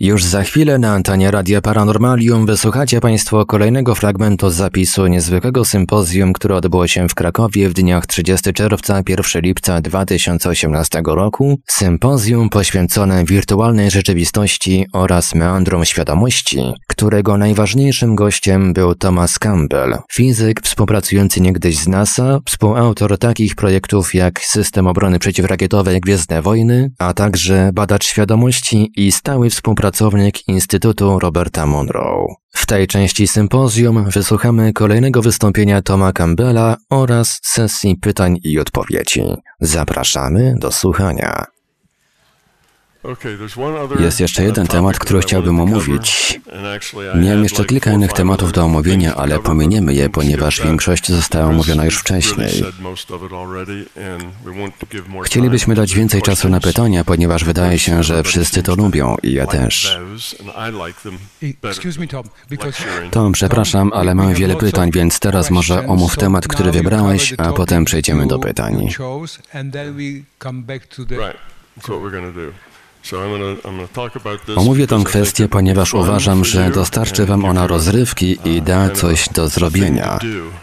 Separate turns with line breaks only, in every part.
Już za chwilę na antenie Radia Paranormalium wysłuchacie Państwo kolejnego fragmentu z zapisu niezwykłego sympozjum, które odbyło się w Krakowie w dniach 30 czerwca, 1 lipca 2018 roku. Sympozjum poświęcone wirtualnej rzeczywistości oraz meandrom świadomości, którego najważniejszym gościem był Thomas Campbell, fizyk współpracujący niegdyś z NASA, współautor takich projektów jak System Obrony Przeciwrakietowej Gwiezdne Wojny, a także badacz świadomości i stały współpracownik Instytutu Roberta Monroe. W tej części sympozjum wysłuchamy kolejnego wystąpienia Toma Campbella oraz sesji pytań i odpowiedzi. Zapraszamy do słuchania. Jest jeszcze jeden temat, który chciałbym omówić. Miałem jeszcze kilka innych tematów do omówienia, ale pominiemy je, ponieważ większość została omówiona już wcześniej. Chcielibyśmy dać więcej czasu na pytania, ponieważ wydaje się, że wszyscy to lubią i ja też. Tom, przepraszam, ale mam wiele pytań, więc teraz może omów temat, który wybrałeś, a potem przejdziemy do pytań. Omówię tę kwestię, ponieważ uważam, że dostarczy Wam ona rozrywki i da coś do zrobienia.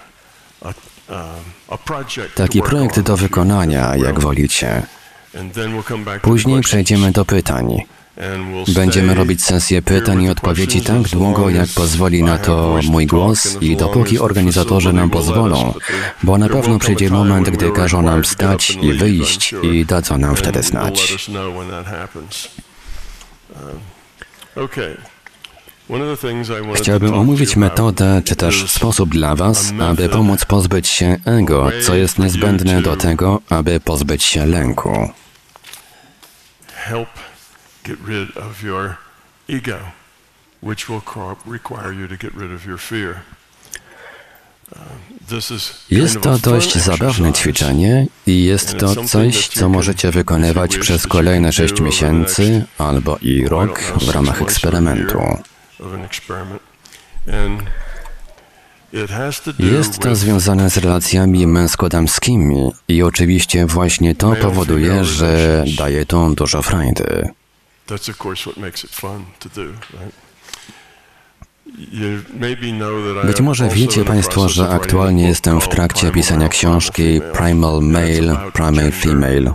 Taki projekt do wykonania, jak wolicie. Później przejdziemy do pytań. Będziemy robić sesję pytań i odpowiedzi tak długo, jak pozwoli na to mój głos i dopóki organizatorzy nam pozwolą, bo na pewno przyjdzie moment, gdy każą nam wstać i wyjść i dadzą nam wtedy znać. Chciałbym omówić metodę, czy też sposób dla Was, aby pomóc pozbyć się ego, co jest niezbędne do tego, aby pozbyć się lęku.
Get rid of your ego, which will require you to get rid of your fear.
Jest to dość zabawne ćwiczenie i jest to coś, co możecie wykonywać przez kolejne 6 miesięcy albo i rok w ramach eksperymentu. Jest to związane z relacjami męsko-damskimi i oczywiście właśnie to powoduje, że daje to dużo frajdy.
That's of course what makes it fun to do, right?
Być może wiecie Państwo, że aktualnie jestem w trakcie pisania książki Primal Male, Primal Female.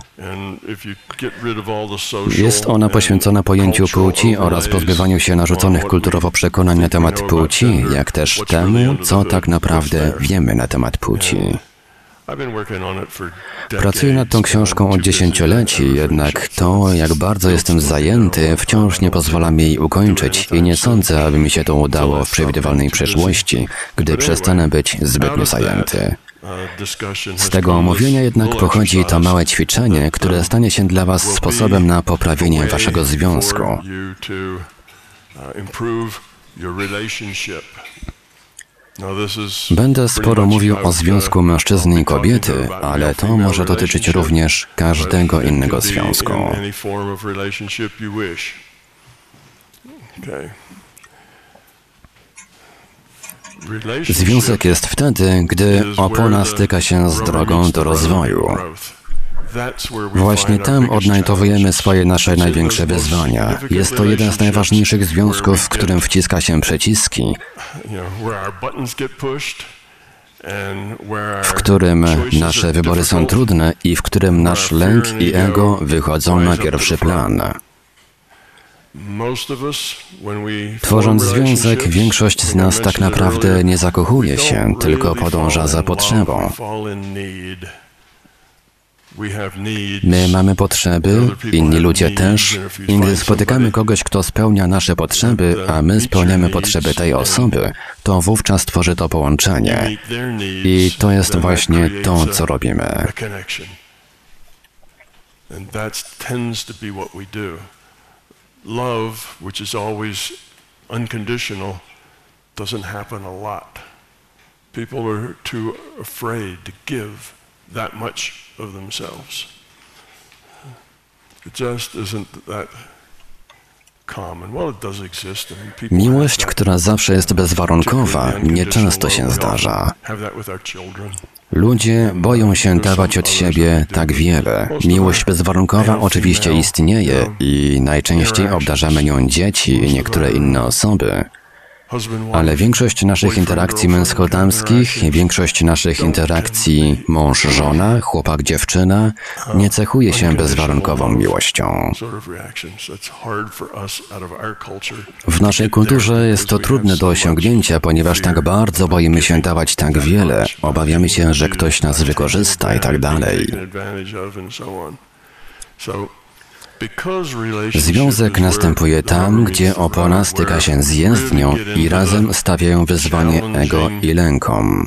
Jest ona poświęcona pojęciu płci oraz pozbywaniu się narzuconych kulturowo przekonań na temat płci, jak też temu, co tak naprawdę wiemy na temat płci. Pracuję nad tą książką od dziesięcioleci, jednak to, jak bardzo jestem zajęty, wciąż nie pozwala mi jej ukończyć i nie sądzę, aby mi się to udało w przewidywalnej przyszłości, gdy przestanę być zbytnio zajęty. Z tego omówienia jednak pochodzi to małe ćwiczenie, które stanie się dla Was sposobem na poprawienie Waszego związku. Będę sporo mówił o związku mężczyzny i kobiety, ale to może dotyczyć również każdego innego związku. Związek jest wtedy, gdy opona styka się z drogą do rozwoju. Właśnie tam odnajdujemy nasze największe wyzwania. Jest to jeden z najważniejszych związków, w którym wciska się przyciski, w którym nasze wybory są trudne i w którym nasz lęk i ego wychodzą na pierwszy plan. Tworząc związek, większość z nas tak naprawdę nie zakochuje się, tylko podąża za potrzebą. My mamy potrzeby, inni ludzie też, i gdy spotykamy kogoś, kto spełnia nasze potrzeby, a my spełniamy potrzeby tej osoby, to wówczas tworzy to połączenie. I to jest właśnie to, co robimy.
Love, which is always unconditional, doesn't happen a lot. People are too afraid to give that much of themselves. It just isn't that
Miłość, która zawsze jest bezwarunkowa, nieczęsto się zdarza. Ludzie boją się dawać od siebie tak wiele. Miłość bezwarunkowa oczywiście istnieje i najczęściej obdarzamy nią dzieci i niektóre inne osoby. Ale większość naszych interakcji męsko-damskich, większość naszych interakcji mąż-żona, chłopak-dziewczyna nie cechuje się bezwarunkową miłością. W naszej kulturze jest to trudne do osiągnięcia, ponieważ tak bardzo boimy się dawać tak wiele, obawiamy się, że ktoś nas wykorzysta i tak dalej. Związek następuje tam, gdzie opona styka się z jezdnią i razem stawiają wyzwanie ego i lękom.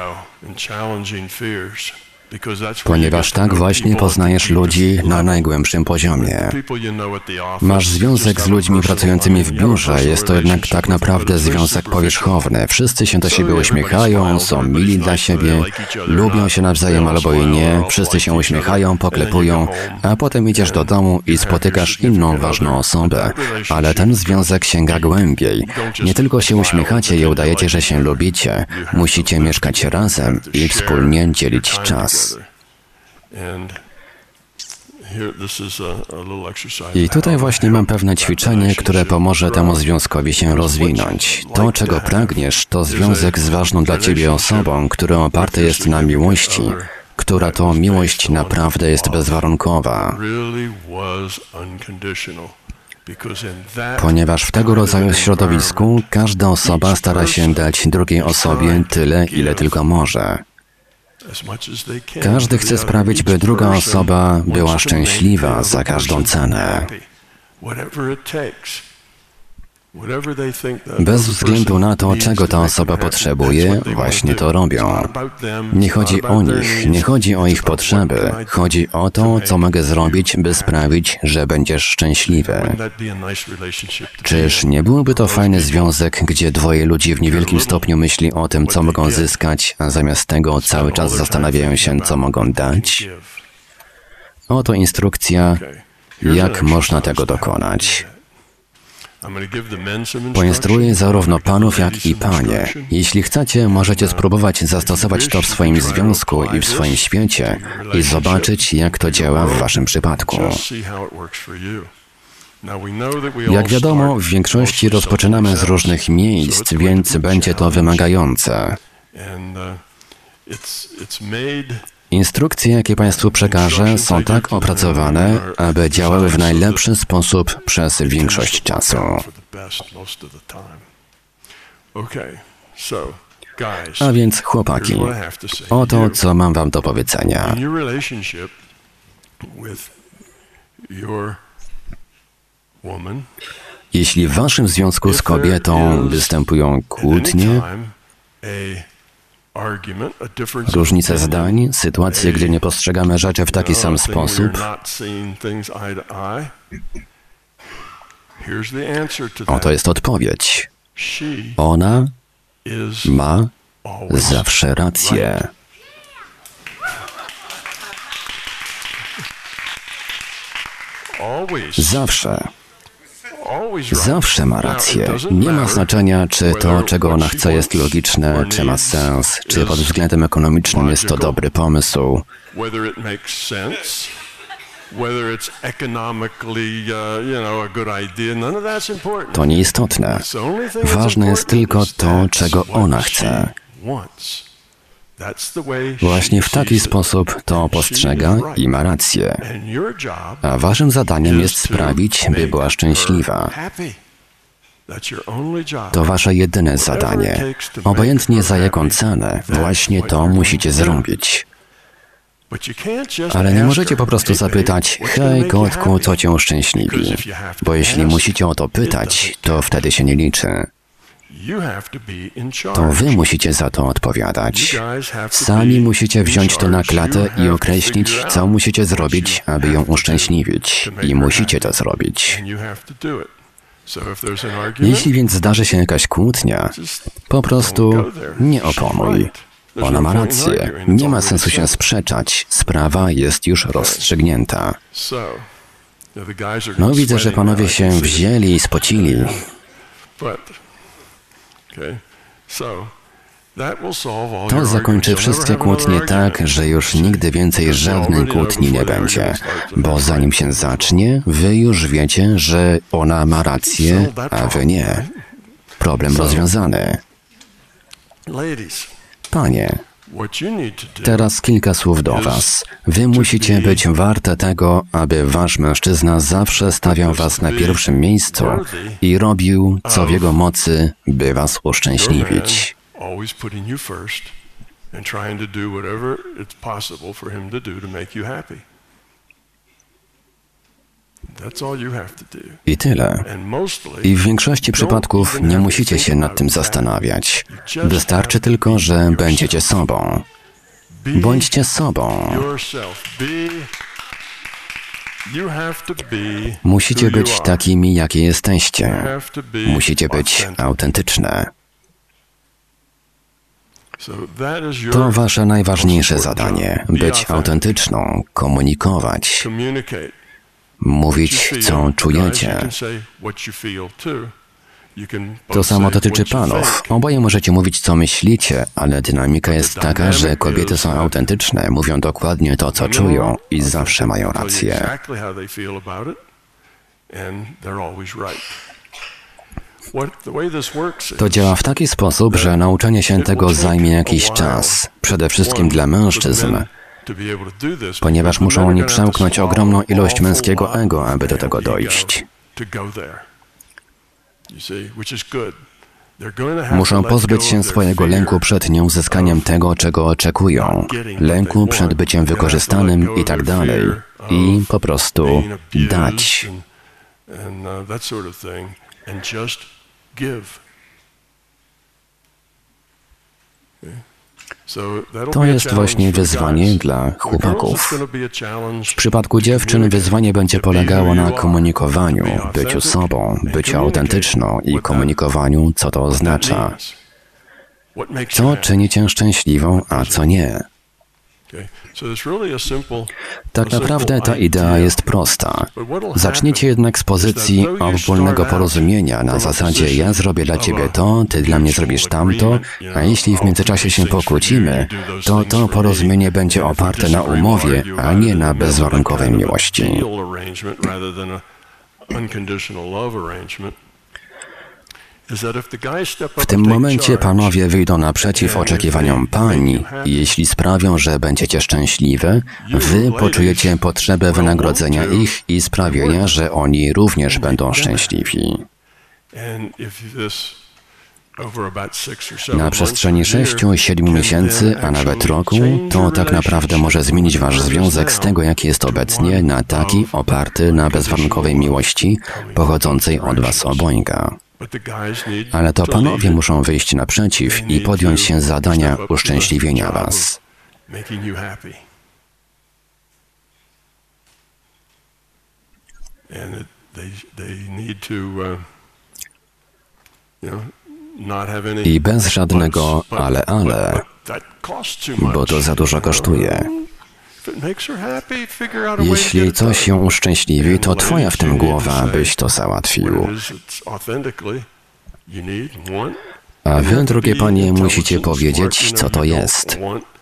Ponieważ tak właśnie poznajesz ludzi na najgłębszym poziomie. Masz związek z ludźmi pracującymi w biurze, jest to jednak tak naprawdę związek powierzchowny. Wszyscy się do siebie uśmiechają, są mili dla siebie, lubią się nawzajem albo i nie, wszyscy się uśmiechają, poklepują, a potem idziesz do domu i spotykasz inną ważną osobę. Ale ten związek sięga głębiej. Nie tylko się uśmiechacie i udajecie, że się lubicie, musicie mieszkać razem i wspólnie dzielić czas. I tutaj właśnie mam pewne ćwiczenie, które pomoże temu związkowi się rozwinąć. To, czego pragniesz, to związek z ważną dla ciebie osobą, który oparty jest na miłości, która to miłość naprawdę jest bezwarunkowa. Ponieważ w tego rodzaju środowisku każda osoba stara się dać drugiej osobie tyle, ile tylko może. Każdy chce sprawić, by druga osoba była szczęśliwa za każdą cenę. Bez względu na to, czego ta osoba potrzebuje, właśnie to robią. Nie chodzi o nich, nie chodzi o ich potrzeby. Chodzi o to, co mogę zrobić, by sprawić, że będziesz szczęśliwy. Czyż nie byłby to fajny związek, gdzie dwoje ludzi w niewielkim stopniu myśli o tym, co mogą zyskać, a zamiast tego cały czas zastanawiają się, co mogą dać? Oto instrukcja, jak można tego dokonać. Poinstruuję zarówno panów, jak i panie. Jeśli chcecie, możecie spróbować zastosować to w swoim związku i w swoim świecie i zobaczyć, jak to działa w waszym przypadku. Jak wiadomo, w większości rozpoczynamy z różnych miejsc, więc będzie to wymagające. Instrukcje, jakie Państwu przekażę, są tak opracowane, aby działały w najlepszy sposób przez większość czasu. A więc, chłopaki, oto, co mam wam do powiedzenia. Jeśli w waszym związku z kobietą występują kłótnie, różnice zdań, sytuacje, gdzie nie postrzegamy rzeczy w taki sam sposób, oto jest odpowiedź. Ona ma zawsze rację. Zawsze. Zawsze ma rację. Nie ma znaczenia, czy to, czego ona chce, jest logiczne, czy ma sens, czy pod względem ekonomicznym jest to dobry pomysł. To nieistotne. Ważne jest tylko to, czego ona chce. Właśnie w taki sposób to postrzega i ma rację. A waszym zadaniem jest sprawić, by była szczęśliwa. To wasze jedyne zadanie. Obojętnie za jaką cenę, właśnie to musicie zrobić. Ale nie możecie po prostu zapytać, hej kotku, co cię uszczęśliwi? Bo jeśli musicie o to pytać, to wtedy się nie liczy. To wy musicie za to odpowiadać. Sami musicie wziąć to na klatę i określić, co musicie zrobić, aby ją uszczęśliwić. I musicie to zrobić. Jeśli więc zdarzy się jakaś kłótnia, po prostu nie oponuj. Ona ma rację. Nie ma sensu się sprzeczać. Sprawa jest już rozstrzygnięta. No widzę, że panowie się wzięli i spocili. To zakończy wszystkie kłótnie tak, że już nigdy więcej żadnej kłótni nie będzie. Bo zanim się zacznie, wy już wiecie, że ona ma rację, a wy nie. Problem rozwiązany. Panie, teraz kilka słów do was. Wy musicie być warte tego, aby wasz mężczyzna zawsze stawiał was na pierwszym miejscu i robił, co w jego mocy, by was uszczęśliwić. I tyle. I w większości przypadków nie musicie się nad tym zastanawiać. Wystarczy tylko, że będziecie sobą. Bądźcie sobą. Musicie być takimi, jakie jesteście. Musicie być autentyczne. To wasze najważniejsze zadanie. Być autentyczną, komunikować. Mówić, co czujecie. To samo dotyczy panów. Oboje możecie mówić, co myślicie, ale dynamika jest taka, że kobiety są autentyczne, mówią dokładnie to, co czują i zawsze mają rację. To działa w taki sposób, że nauczenie się tego zajmie jakiś czas, przede wszystkim dla mężczyzn, ponieważ muszą oni przełknąć ogromną ilość męskiego ego, aby do tego dojść. Muszą pozbyć się swojego lęku przed nieuzyskaniem tego, czego oczekują, lęku przed byciem wykorzystanym i tak dalej. I po prostu dać. To jest właśnie wyzwanie dla chłopaków. W przypadku dziewczyn wyzwanie będzie polegało na komunikowaniu, byciu sobą, byciu autentyczną i komunikowaniu, co to oznacza. Co czyni cię szczęśliwą, a co nie. Tak naprawdę ta idea jest prosta. Zacznijcie jednak z pozycji ogólnego porozumienia na zasadzie ja zrobię dla ciebie to, ty dla mnie zrobisz tamto, a jeśli w międzyczasie się pokłócimy, to to porozumienie będzie oparte na umowie, a nie na bezwarunkowej miłości. W tym momencie panowie wyjdą naprzeciw oczekiwaniom pań i jeśli sprawią, że będziecie szczęśliwe, wy poczujecie potrzebę wynagrodzenia ich i sprawienia, że oni również będą szczęśliwi. Na przestrzeni 6-7 miesięcy, a nawet roku, to tak naprawdę może zmienić wasz związek z tego, jaki jest obecnie, na taki oparty na bezwarunkowej miłości pochodzącej od was obojga. Ale to panowie muszą wyjść naprzeciw i podjąć się zadania uszczęśliwienia was. I bez żadnego ale, bo to za dużo kosztuje. Jeśli coś ją uszczęśliwi, to twoja w tym głowa, byś to załatwił. A wy, drogie panie, musicie powiedzieć, co to jest.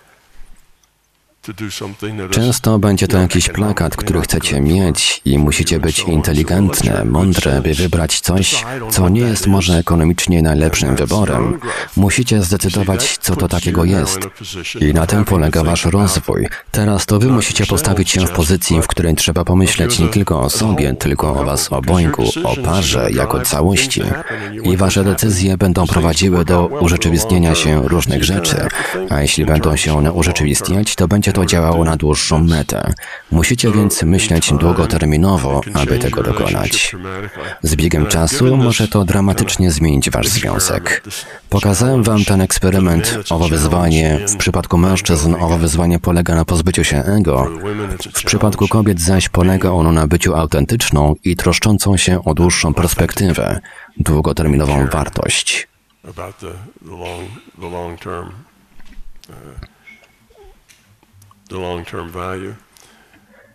Często będzie to jakiś plakat, który chcecie mieć i musicie być inteligentne, mądre, by wybrać coś, co nie jest może ekonomicznie najlepszym wyborem. Musicie zdecydować, co to takiego jest. I na tym polega wasz rozwój. Teraz to wy musicie postawić się w pozycji, w której trzeba pomyśleć nie tylko o sobie, tylko o was obojgu, o parze, jako całości. I wasze decyzje będą prowadziły do urzeczywistnienia się różnych rzeczy. A jeśli będą się one urzeczywistniać, to będzie to działało na dłuższą metę. Musicie więc myśleć długoterminowo, aby tego dokonać. Z biegiem czasu może to dramatycznie zmienić wasz związek. Pokazałem wam ten eksperyment, owo wyzwanie. W przypadku mężczyzn owo wyzwanie polega na pozbyciu się ego. W przypadku kobiet zaś polega ono na byciu autentyczną i troszczącą się o dłuższą perspektywę, długoterminową wartość.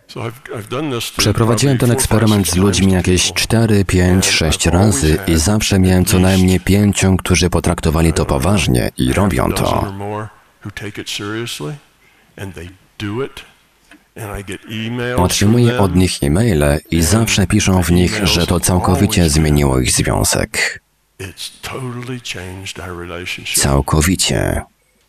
Przeprowadziłem ten eksperyment z ludźmi jakieś 4, 5, 6 razy i zawsze miałem co najmniej 5, którzy potraktowali to poważnie i robią to. Otrzymuję od nich e-maile i zawsze piszą w nich, że to całkowicie zmieniło ich związek. Całkowicie.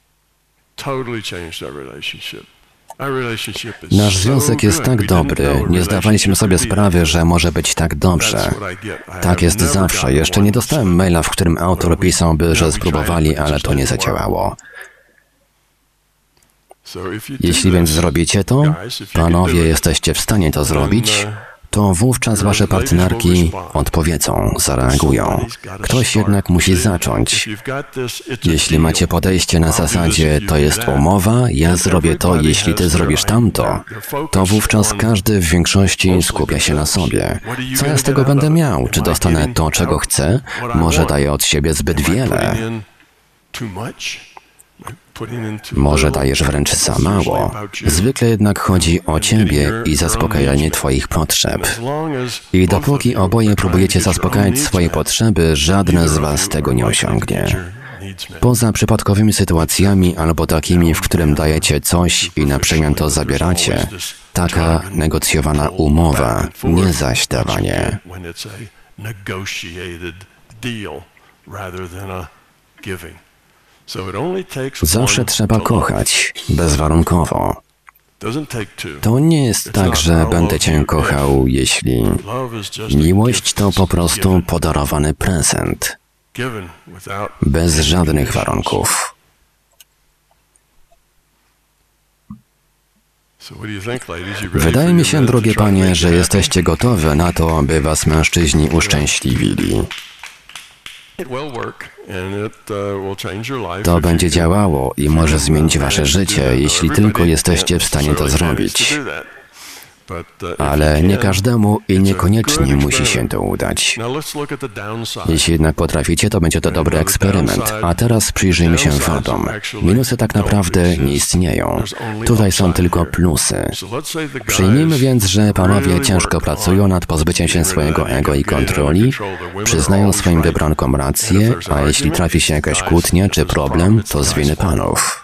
Nasz związek jest tak dobry, nie zdawaliśmy sobie sprawy, że może być tak dobrze. Tak jest zawsze. Jeszcze nie dostałem maila, w którym autor pisałby, że spróbowali, ale to nie zadziałało. Jeśli więc zrobicie to, panowie, jesteście w stanie to zrobić, to wówczas wasze partnerki odpowiedzą, zareagują. Ktoś jednak musi zacząć. Jeśli macie podejście na zasadzie, to jest umowa, ja zrobię to, jeśli ty zrobisz tamto, to wówczas każdy w większości skupia się na sobie. Co ja z tego będę miał? Czy dostanę to, czego chcę? Może daję od siebie zbyt wiele? Może dajesz wręcz za mało. Zwykle jednak chodzi o ciebie i zaspokajanie twoich potrzeb. I dopóki oboje próbujecie zaspokajać swoje potrzeby, żadne z was tego nie osiągnie. Poza przypadkowymi sytuacjami albo takimi, w którym dajecie coś i na przemian to zabieracie, taka negocjowana umowa, nie zaś dawanie. Zawsze trzeba kochać, bezwarunkowo. To nie jest tak, że będę cię kochał, jeśli... Miłość to po prostu podarowany prezent. Bez żadnych warunków. Wydaje mi się, drogie panie, że jesteście gotowe na to, aby was mężczyźni uszczęśliwili. To będzie działało i może zmienić wasze życie, jeśli tylko jesteście w stanie to zrobić. Ale nie każdemu i niekoniecznie musi się to udać. Jeśli jednak potraficie, to będzie to dobry eksperyment. A teraz przyjrzyjmy się wadom. Minusy tak naprawdę nie istnieją. Tutaj są tylko plusy. Przyjmijmy więc, że panowie ciężko pracują nad pozbyciem się swojego ego i kontroli, przyznają swoim wybrankom rację, a jeśli trafi się jakaś kłótnia czy problem, to z winy panów.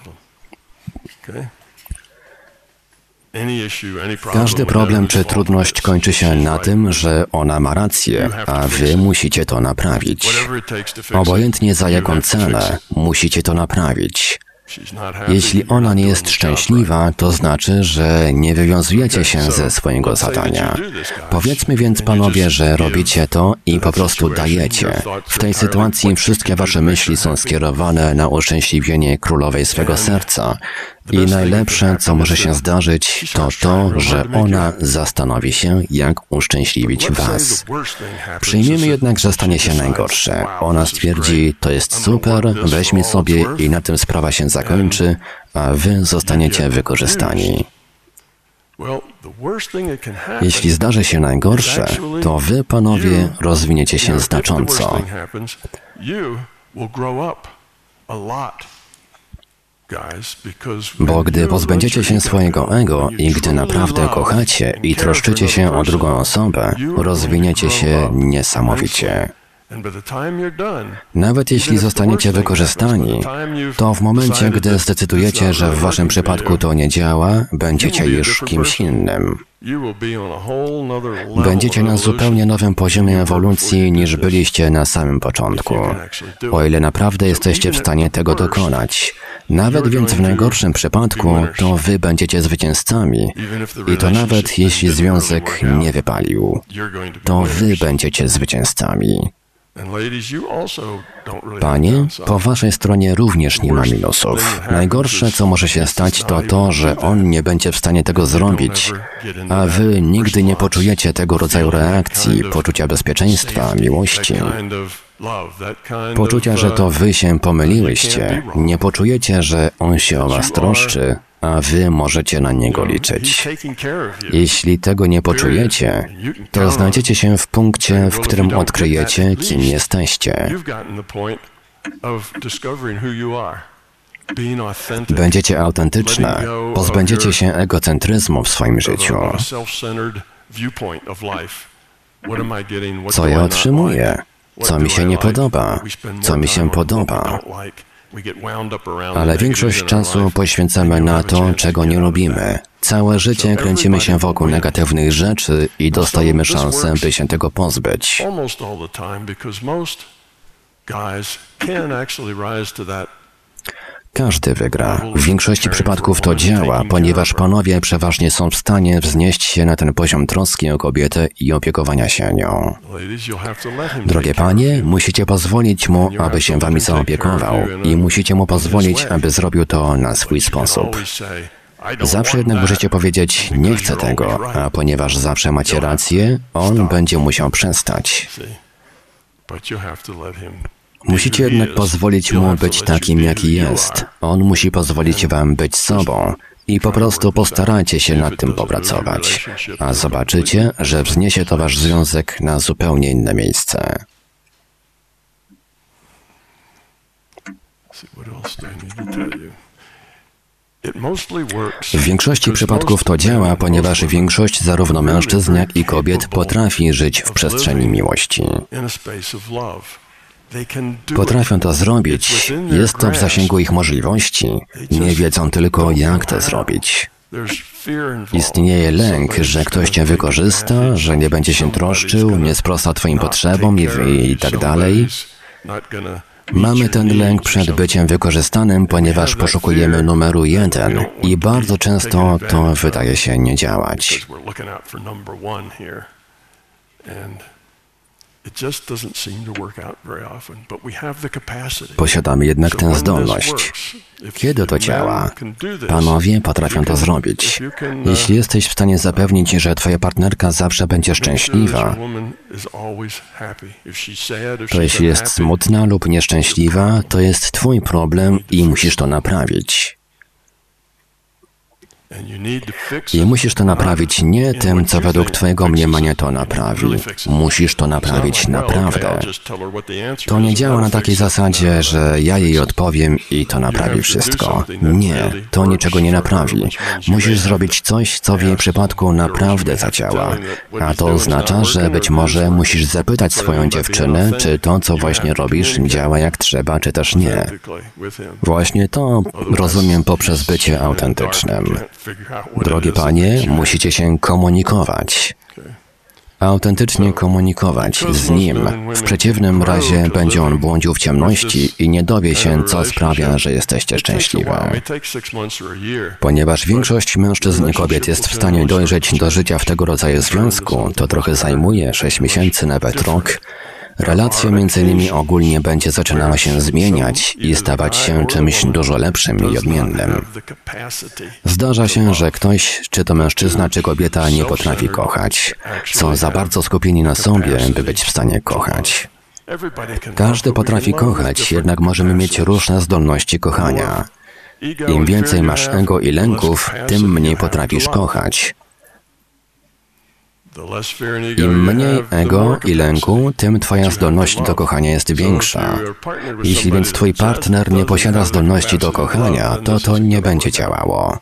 Każdy problem czy trudność kończy się na tym, że ona ma rację, a wy musicie to naprawić. Obojętnie za jaką cenę, musicie to naprawić. Jeśli ona nie jest szczęśliwa, to znaczy, że nie wywiązujecie się ze swojego zadania. Powiedzmy więc, panowie, że robicie to i po prostu dajecie. W tej sytuacji wszystkie wasze myśli są skierowane na uszczęśliwienie królowej swego serca. I najlepsze, co może się zdarzyć, to to, że ona zastanowi się, jak uszczęśliwić was. Przyjmiemy jednak, że stanie się najgorsze. Ona stwierdzi, to jest super, weźmie sobie i na tym sprawa się zakończy, a wy zostaniecie wykorzystani. Jeśli zdarzy się najgorsze, to wy, panowie, rozwiniecie się znacząco. Bo gdy pozbędziecie się swojego ego i gdy naprawdę kochacie i troszczycie się o drugą osobę, rozwiniecie się niesamowicie. Nawet jeśli zostaniecie wykorzystani, to w momencie, gdy zdecydujecie, że w waszym przypadku to nie działa, będziecie już kimś innym. Będziecie na zupełnie nowym poziomie ewolucji, niż byliście na samym początku. O ile naprawdę jesteście w stanie tego dokonać. Nawet więc w najgorszym przypadku, to wy będziecie zwycięzcami. I to nawet jeśli związek nie wypalił. To wy będziecie zwycięzcami. Panie, po waszej stronie również nie ma minusów. Najgorsze, co może się stać, to to, że on nie będzie w stanie tego zrobić, a wy nigdy nie poczujecie tego rodzaju reakcji, poczucia bezpieczeństwa, miłości. Poczucia, że to wy się pomyliłyście. Nie poczujecie, że on się o was troszczy, a wy możecie na niego liczyć. Jeśli tego nie poczujecie, to znajdziecie się w punkcie, w którym odkryjecie, kim jesteście. Będziecie autentyczne, pozbędziecie się egocentryzmu w swoim życiu. Co ja otrzymuję? Co mi się nie podoba? Co mi się podoba? Ale większość czasu poświęcamy na to, czego nie lubimy. Całe życie kręcimy się wokół negatywnych rzeczy i dostajemy szansę, by się tego pozbyć. Każdy wygra. W większości przypadków to działa, ponieważ panowie przeważnie są w stanie wznieść się na ten poziom troski o kobietę i opiekowania się nią. Drogie panie, musicie pozwolić mu, aby się wami zaopiekował i musicie mu pozwolić, aby zrobił to na swój sposób. Zawsze jednak możecie powiedzieć, nie chcę tego, a ponieważ zawsze macie rację, on będzie musiał przestać. Musicie jednak pozwolić mu być takim, jaki jest. On musi pozwolić wam być sobą i po prostu postarajcie się nad tym popracować. A zobaczycie, że wzniesie to wasz związek na zupełnie inne miejsce. W większości przypadków to działa, ponieważ większość zarówno mężczyzn, jak i kobiet potrafi żyć w przestrzeni miłości. Potrafią to zrobić, jest to w zasięgu ich możliwości, nie wiedzą tylko, jak to zrobić. Istnieje lęk, że ktoś cię wykorzysta, że nie będzie się troszczył, nie sprosta twoim potrzebom i tak dalej. Mamy ten lęk przed byciem wykorzystanym, ponieważ poszukujemy numeru 1 i bardzo często to wydaje się nie działać. Posiadamy jednak tę zdolność. Kiedy to działa? Panowie potrafią to zrobić. Jeśli jesteś w stanie zapewnić, że twoja partnerka zawsze będzie szczęśliwa, to jeśli jest smutna lub nieszczęśliwa, to jest twój problem i musisz to naprawić. I musisz to naprawić nie tym, co według twojego mniemania to naprawi. Musisz to naprawić naprawdę. To nie działa na takiej zasadzie, że ja jej odpowiem i to naprawi wszystko. Nie, to niczego nie naprawi. Musisz zrobić coś, co w jej przypadku naprawdę zadziała. A to oznacza, że być może musisz zapytać swoją dziewczynę, czy to, co właśnie robisz, działa jak trzeba, czy też nie. Właśnie to rozumiem poprzez bycie autentycznym. Drogie panie, musicie się komunikować. Autentycznie komunikować z nim. W przeciwnym razie będzie on błądził w ciemności i nie dowie się, co sprawia, że jesteście szczęśliwe. Ponieważ większość mężczyzn i kobiet jest w stanie dojrzeć do życia w tego rodzaju związku, to trochę zajmuje 6 miesięcy, nawet rok. Relacja między nimi ogólnie będzie zaczynała się zmieniać i stawać się czymś dużo lepszym i odmiennym. Zdarza się, że ktoś, czy to mężczyzna, czy kobieta, nie potrafi kochać. Są za bardzo skupieni na sobie, by być w stanie kochać. Każdy potrafi kochać, jednak możemy mieć różne zdolności kochania. Im więcej masz ego i lęków, tym mniej potrafisz kochać. Im mniej ego i lęku, tym twoja zdolność do kochania jest większa. Jeśli więc twój partner nie posiada zdolności do kochania, to nie będzie działało.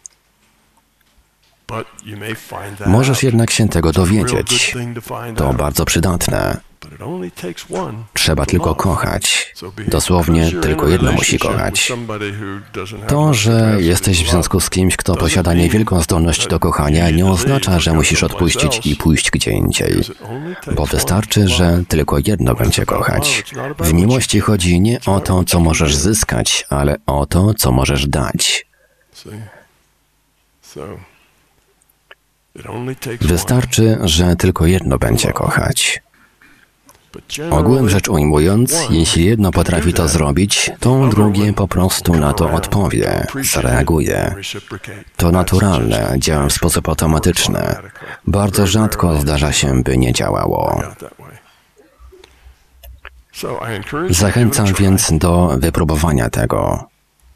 Możesz jednak się tego dowiedzieć. To bardzo przydatne. Trzeba tylko kochać. Dosłownie tylko jedno musi kochać. To, że jesteś w związku z kimś, kto posiada niewielką zdolność do kochania, nie oznacza, że musisz odpuścić i pójść gdzie indziej. Bo wystarczy, że tylko jedno będzie kochać. W miłości chodzi nie o to, co możesz zyskać, ale o to, co możesz dać. Wystarczy, że tylko jedno będzie kochać. Ogółem rzecz ujmując, jeśli jedno potrafi to zrobić, to drugie po prostu na to odpowie, zareaguje. To naturalne, działa w sposób automatyczny. Bardzo rzadko zdarza się, by nie działało. Zachęcam więc do wypróbowania tego.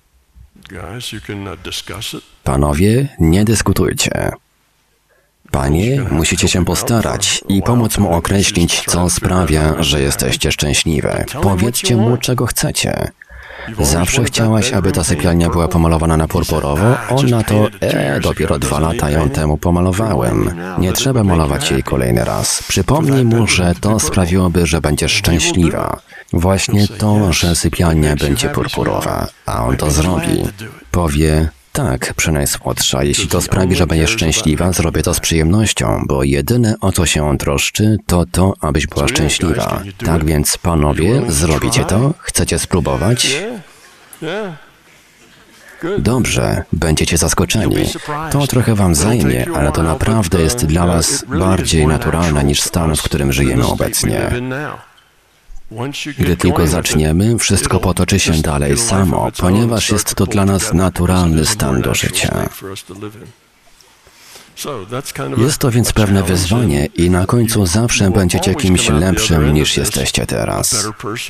Panowie, nie dyskutujcie. Panie, musicie się postarać i pomóc mu określić, co sprawia, że jesteście szczęśliwe. Powiedzcie mu, czego chcecie. Zawsze chciałaś, aby ta sypialnia była pomalowana na purpurowo? On na to, dopiero 2 lata ją temu pomalowałem. Nie trzeba malować jej kolejny raz. Przypomnij mu, że to sprawiłoby, że będziesz szczęśliwa. Właśnie to, że sypialnia będzie purpurowa, a on to zrobi. Powie, tak, przynajsłodsza, jeśli to sprawi, że będziesz szczęśliwa, zrobię to z przyjemnością, bo jedyne o co się on troszczy, to to, abyś była szczęśliwa. Tak więc, panowie, zrobicie to? Chcecie spróbować? Dobrze, będziecie zaskoczeni. To trochę wam zajmie, ale to naprawdę jest dla was bardziej naturalne niż stan, w którym żyjemy obecnie. Gdy tylko zaczniemy, wszystko potoczy się dalej samo, ponieważ jest to dla nas naturalny stan do życia. Jest to więc pewne wyzwanie i na końcu zawsze będziecie kimś lepszym niż jesteście teraz.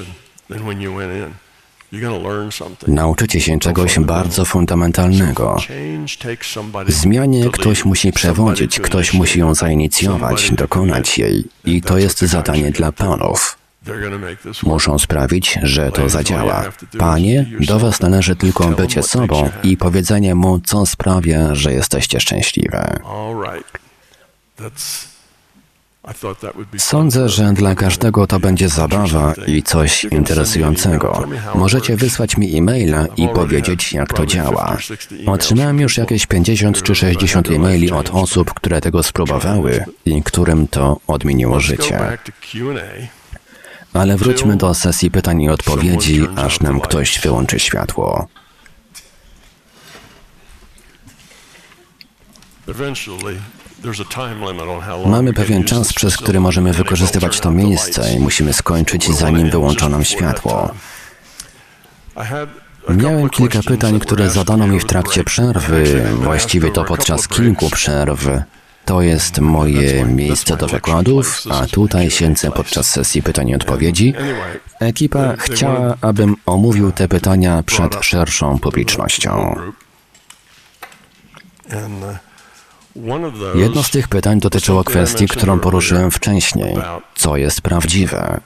Nauczycie się czegoś bardzo fundamentalnego. Zmianie ktoś musi przewodzić, ktoś musi ją zainicjować, dokonać jej i to jest zadanie dla panów. Muszą sprawić, że to zadziała. Panie, do was należy tylko bycie sobą i powiedzenie mu, co sprawia, że jesteście szczęśliwe. Sądzę, że dla każdego to będzie zabawa i coś interesującego. Możecie wysłać mi e-maila i powiedzieć, jak to działa. Otrzymałem już jakieś 50 czy 60 e-maili od osób, które tego spróbowały i którym to odmieniło życie. Ale wróćmy do sesji pytań i odpowiedzi, aż nam ktoś wyłączy światło. Mamy pewien czas, przez który możemy wykorzystywać to miejsce i musimy skończyć, zanim wyłączą nam światło. Miałem kilka pytań, które zadano mi w trakcie przerwy, właściwie to podczas kilku przerw. To jest moje miejsce do wykładów, a tutaj siedzę podczas sesji pytań i odpowiedzi. Ekipa chciała, abym omówił te pytania przed szerszą publicznością. Jedno z tych pytań dotyczyło kwestii, którą poruszyłem wcześniej. Co jest prawdziwe?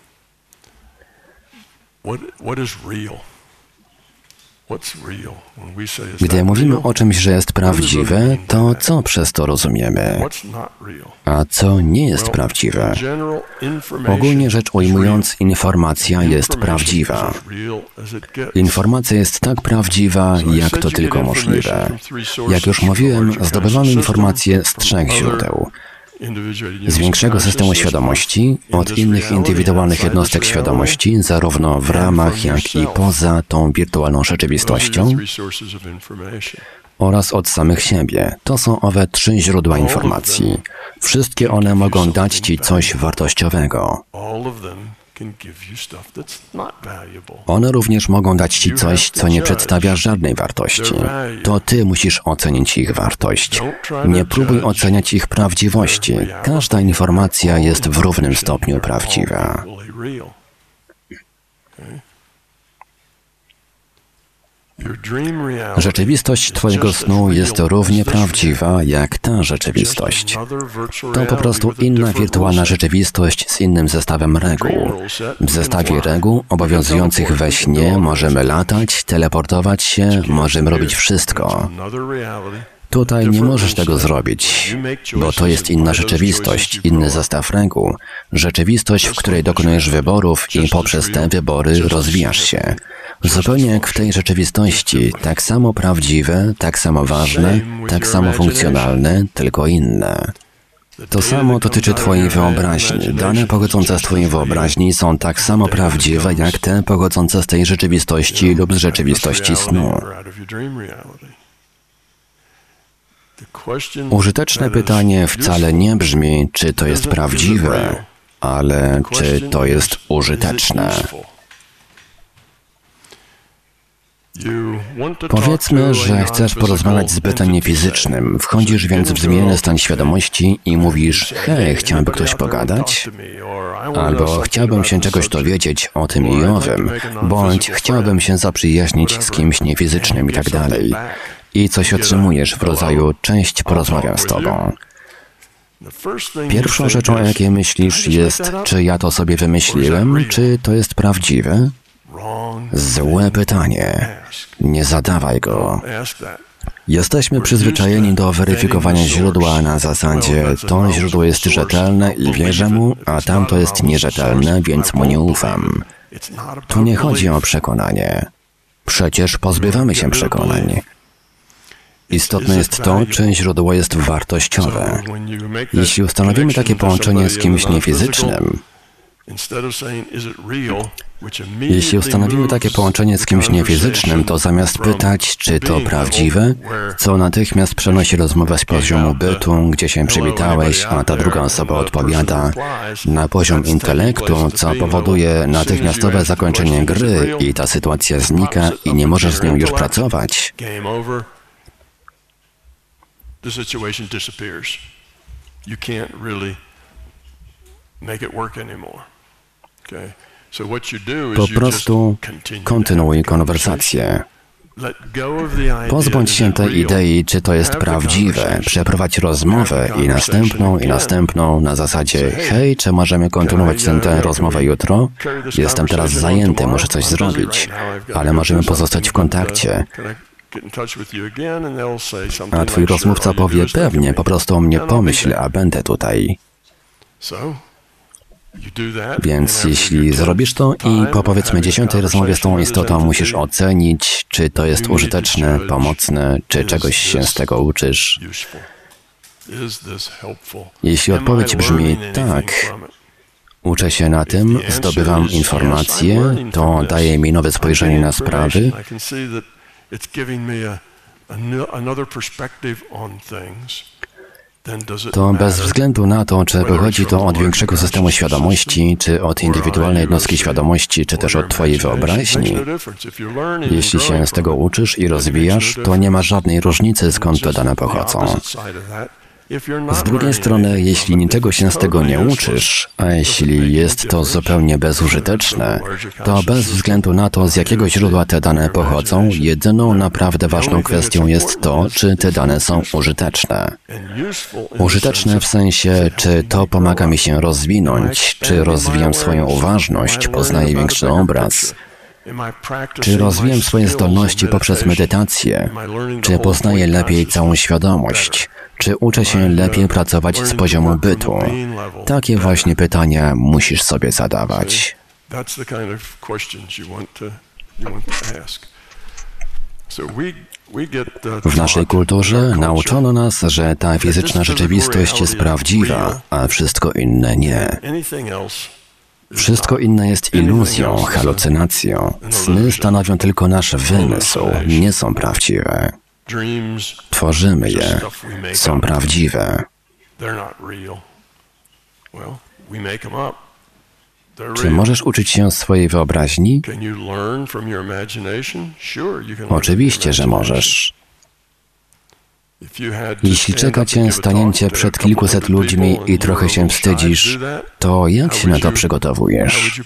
Gdy mówimy o czymś, że jest prawdziwe, to co przez to rozumiemy? A co nie jest prawdziwe? Ogólnie rzecz ujmując, informacja jest prawdziwa. Informacja jest tak prawdziwa, jak to tylko możliwe. Jak już mówiłem, zdobywamy informacje z 3 źródeł. Z większego systemu świadomości, od innych indywidualnych jednostek świadomości, zarówno w ramach, jak i poza tą wirtualną rzeczywistością, oraz od samych siebie. To są owe 3 źródła informacji. Wszystkie one mogą dać ci coś wartościowego. One również mogą dać ci coś, co nie przedstawia żadnej wartości. To ty musisz ocenić ich wartość. Nie próbuj oceniać ich prawdziwości. Każda informacja jest w równym stopniu prawdziwa. Rzeczywistość twojego snu jest równie prawdziwa, jak ta rzeczywistość. To po prostu inna wirtualna rzeczywistość z innym zestawem reguł. W zestawie reguł obowiązujących we śnie możemy latać, teleportować się, możemy robić wszystko. Tutaj nie możesz tego zrobić, bo to jest inna rzeczywistość, inny zestaw reguł. Rzeczywistość, w której dokonujesz wyborów i poprzez te wybory rozwijasz się. Zupełnie jak w tej rzeczywistości, tak samo prawdziwe, tak samo ważne, tak samo funkcjonalne, tylko inne. To samo dotyczy twojej wyobraźni. Dane pochodzące z twojej wyobraźni są tak samo prawdziwe, jak te pochodzące z tej rzeczywistości lub z rzeczywistości snu. Użyteczne pytanie wcale nie brzmi, czy to jest prawdziwe, ale czy to jest użyteczne. Powiedzmy, że chcesz porozmawiać z bytem niefizycznym. Wchodzisz więc w zmienny stan świadomości i mówisz: hej, chciałby ktoś pogadać? Albo chciałbym się czegoś dowiedzieć o tym i owym, bądź chciałbym się zaprzyjaźnić z kimś niefizycznym i tak dalej. I coś otrzymujesz w rodzaju: cześć, porozmawiam z tobą. Pierwszą rzeczą, o jakiej myślisz, jest: czy ja to sobie wymyśliłem, czy to jest prawdziwe? Złe pytanie. Nie zadawaj go. Jesteśmy przyzwyczajeni do weryfikowania źródła na zasadzie to źródło jest rzetelne i wierzę mu, a tamto jest nierzetelne, więc mu nie ufam. Tu nie chodzi o przekonanie. Przecież pozbywamy się przekonań. Istotne jest to, czy źródło jest wartościowe. Jeśli ustanowimy takie połączenie z kimś niefizycznym, to zamiast pytać, czy to prawdziwe, co natychmiast przenosi rozmowę z poziomu bytu, gdzie się przywitałeś, a ta druga osoba odpowiada, na poziom intelektu, co powoduje natychmiastowe zakończenie gry i ta sytuacja znika i nie możesz z nią już pracować.
The situation disappears. You can't really make it work anymore. Okay? So what you do is
Po prostu kontynuuj konwersację. Pozbądź się tej idei, czy to jest prawdziwe. Przeprowadź rozmowę i następną na zasadzie hej, czy możemy kontynuować tę rozmowę jutro? Jestem teraz zajęty, muszę coś zrobić, ale możemy pozostać w kontakcie. A twój rozmówca powie, pewnie, po prostu o mnie pomyśl, a będę tutaj. Więc jeśli zrobisz to i po powiedzmy 10. rozmowie z tą istotą musisz ocenić, czy to jest użyteczne, pomocne, czy czegoś się z tego uczysz. Jeśli odpowiedź brzmi tak, uczę się na tym, zdobywam informacje, to daje mi nowe spojrzenie na sprawy, to bez względu na to, czy pochodzi to od większego systemu świadomości, czy od indywidualnej jednostki świadomości, czy też od twojej wyobraźni, jeśli się z tego uczysz i rozwijasz, to nie ma żadnej różnicy, skąd te dane pochodzą. Z drugiej strony, jeśli niczego się z tego nie uczysz, a jeśli jest to zupełnie bezużyteczne, to bez względu na to, z jakiego źródła te dane pochodzą, jedyną naprawdę ważną kwestią jest to, czy te dane są użyteczne. Użyteczne w sensie, czy to pomaga mi się rozwinąć, czy rozwijam swoją uważność, poznaję większy obraz, czy rozwijam swoje zdolności poprzez medytację, czy poznaję lepiej całą świadomość, czy uczę się lepiej pracować z poziomu bytu? Takie właśnie pytania musisz sobie zadawać. W naszej kulturze nauczono nas, że ta fizyczna rzeczywistość jest prawdziwa, a wszystko inne nie. Wszystko inne jest iluzją, halucynacją. Sny stanowią tylko nasz wymysł, nie są prawdziwe. Tworzymy je, są prawdziwe. Czy możesz uczyć się swojej wyobraźni? Oczywiście, że możesz. Jeśli czeka cię stanięcie przed kilkuset ludźmi i trochę się wstydzisz, to jak się na to przygotowujesz?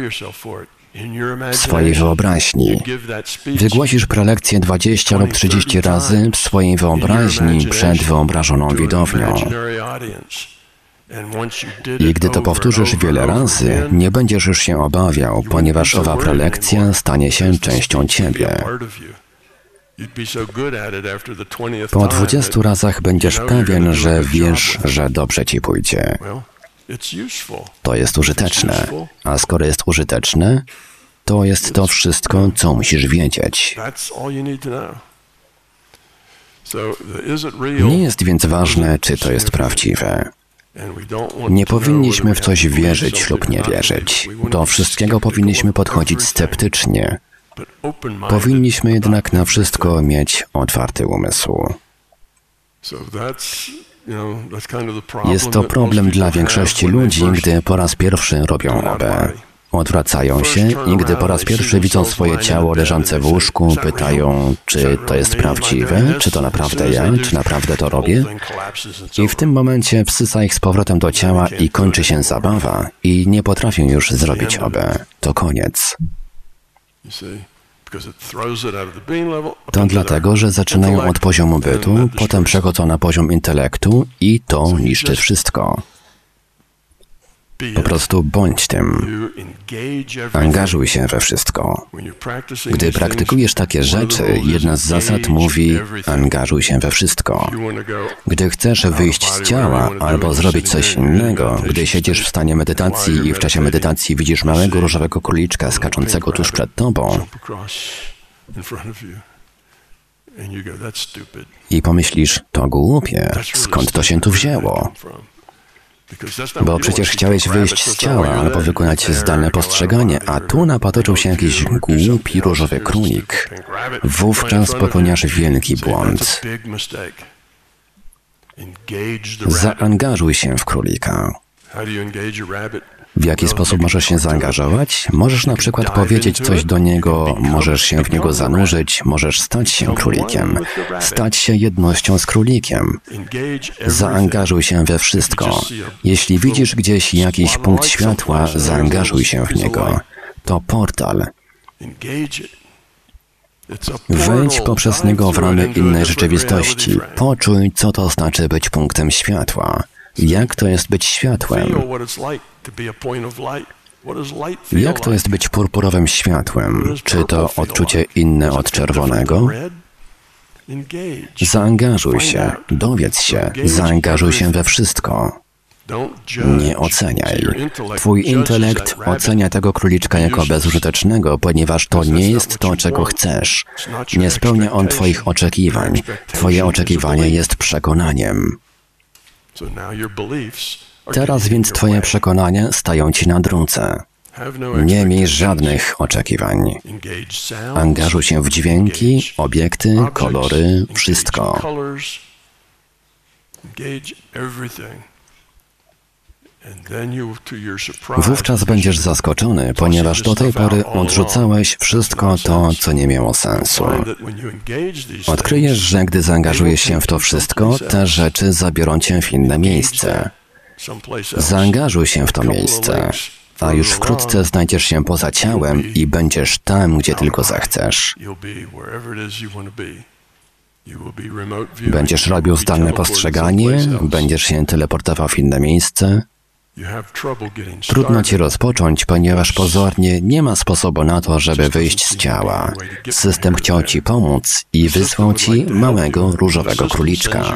W swojej wyobraźni. Wygłosisz prelekcję 20 lub 30 razy w swojej wyobraźni przed wyobrażoną widownią. I gdy to powtórzysz wiele razy, nie będziesz już się obawiał, ponieważ owa prelekcja stanie się częścią ciebie. Po 20 razach będziesz pewien, że wiesz, że dobrze ci pójdzie. To jest użyteczne. A skoro jest użyteczne, to jest to wszystko, co musisz wiedzieć. Nie jest więc ważne, czy to jest prawdziwe. Nie powinniśmy w coś wierzyć lub nie wierzyć. Do wszystkiego powinniśmy podchodzić sceptycznie. Powinniśmy jednak na wszystko mieć otwarty umysł. Jest to problem dla większości ludzi, gdy po raz pierwszy robią OB. Odwracają się i gdy po raz pierwszy widzą swoje ciało leżące w łóżku, pytają, czy to jest prawdziwe, czy to naprawdę ja, czy naprawdę to robię. I w tym momencie wsysa ich z powrotem do ciała i kończy się zabawa i nie potrafią już zrobić OB. To koniec. To dlatego, że zaczynają od poziomu bytu, potem przechodzą na poziom intelektu i to niszczy wszystko. Po prostu bądź tym. Angażuj się we wszystko. Gdy praktykujesz takie rzeczy, jedna z zasad mówi: angażuj się we wszystko. Gdy chcesz wyjść z ciała albo zrobić coś innego, gdy siedzisz w stanie medytacji i w czasie medytacji widzisz małego różowego króliczka skaczącego tuż przed tobą i pomyślisz: to głupie, skąd to się tu wzięło? Bo przecież chciałeś wyjść z ciała albo wykonać zdalne postrzeganie, a tu napatoczył się jakiś głupi różowy królik. Wówczas popełniasz wielki błąd. Zaangażuj się w królika. W jaki sposób możesz się zaangażować? Możesz na przykład powiedzieć coś do niego, możesz się w niego zanurzyć, możesz stać się królikiem, stać się jednością z królikiem. Zaangażuj się we wszystko. Jeśli widzisz gdzieś jakiś punkt światła, zaangażuj się w niego. To portal. Wejdź poprzez niego w ramy innej rzeczywistości. Poczuj, co to znaczy być punktem światła. Jak to jest być światłem? Jak to jest być purpurowym światłem? Czy to odczucie inne od czerwonego? Zaangażuj się, dowiedz się, zaangażuj się we wszystko. Nie oceniaj. Twój intelekt ocenia tego króliczka jako bezużytecznego, ponieważ to nie jest to, czego chcesz. Nie spełnia on twoich oczekiwań. Twoje oczekiwanie jest przekonaniem. Teraz więc twoje przekonania stają ci na drodze. Nie miej żadnych oczekiwań. Angażuj się w dźwięki, obiekty, kolory, wszystko. Wówczas będziesz zaskoczony, ponieważ do tej pory odrzucałeś wszystko to, co nie miało sensu. Odkryjesz, że gdy zaangażujesz się w to wszystko, te rzeczy zabiorą cię w inne miejsce. Zaangażuj się w to miejsce, a już wkrótce znajdziesz się poza ciałem i będziesz tam, gdzie tylko zechcesz. Będziesz robił zdalne postrzeganie, będziesz się teleportował w inne miejsce. Trudno ci rozpocząć, ponieważ pozornie nie ma sposobu na to, żeby wyjść z ciała. System chciał ci pomóc i wysłał ci małego różowego króliczka.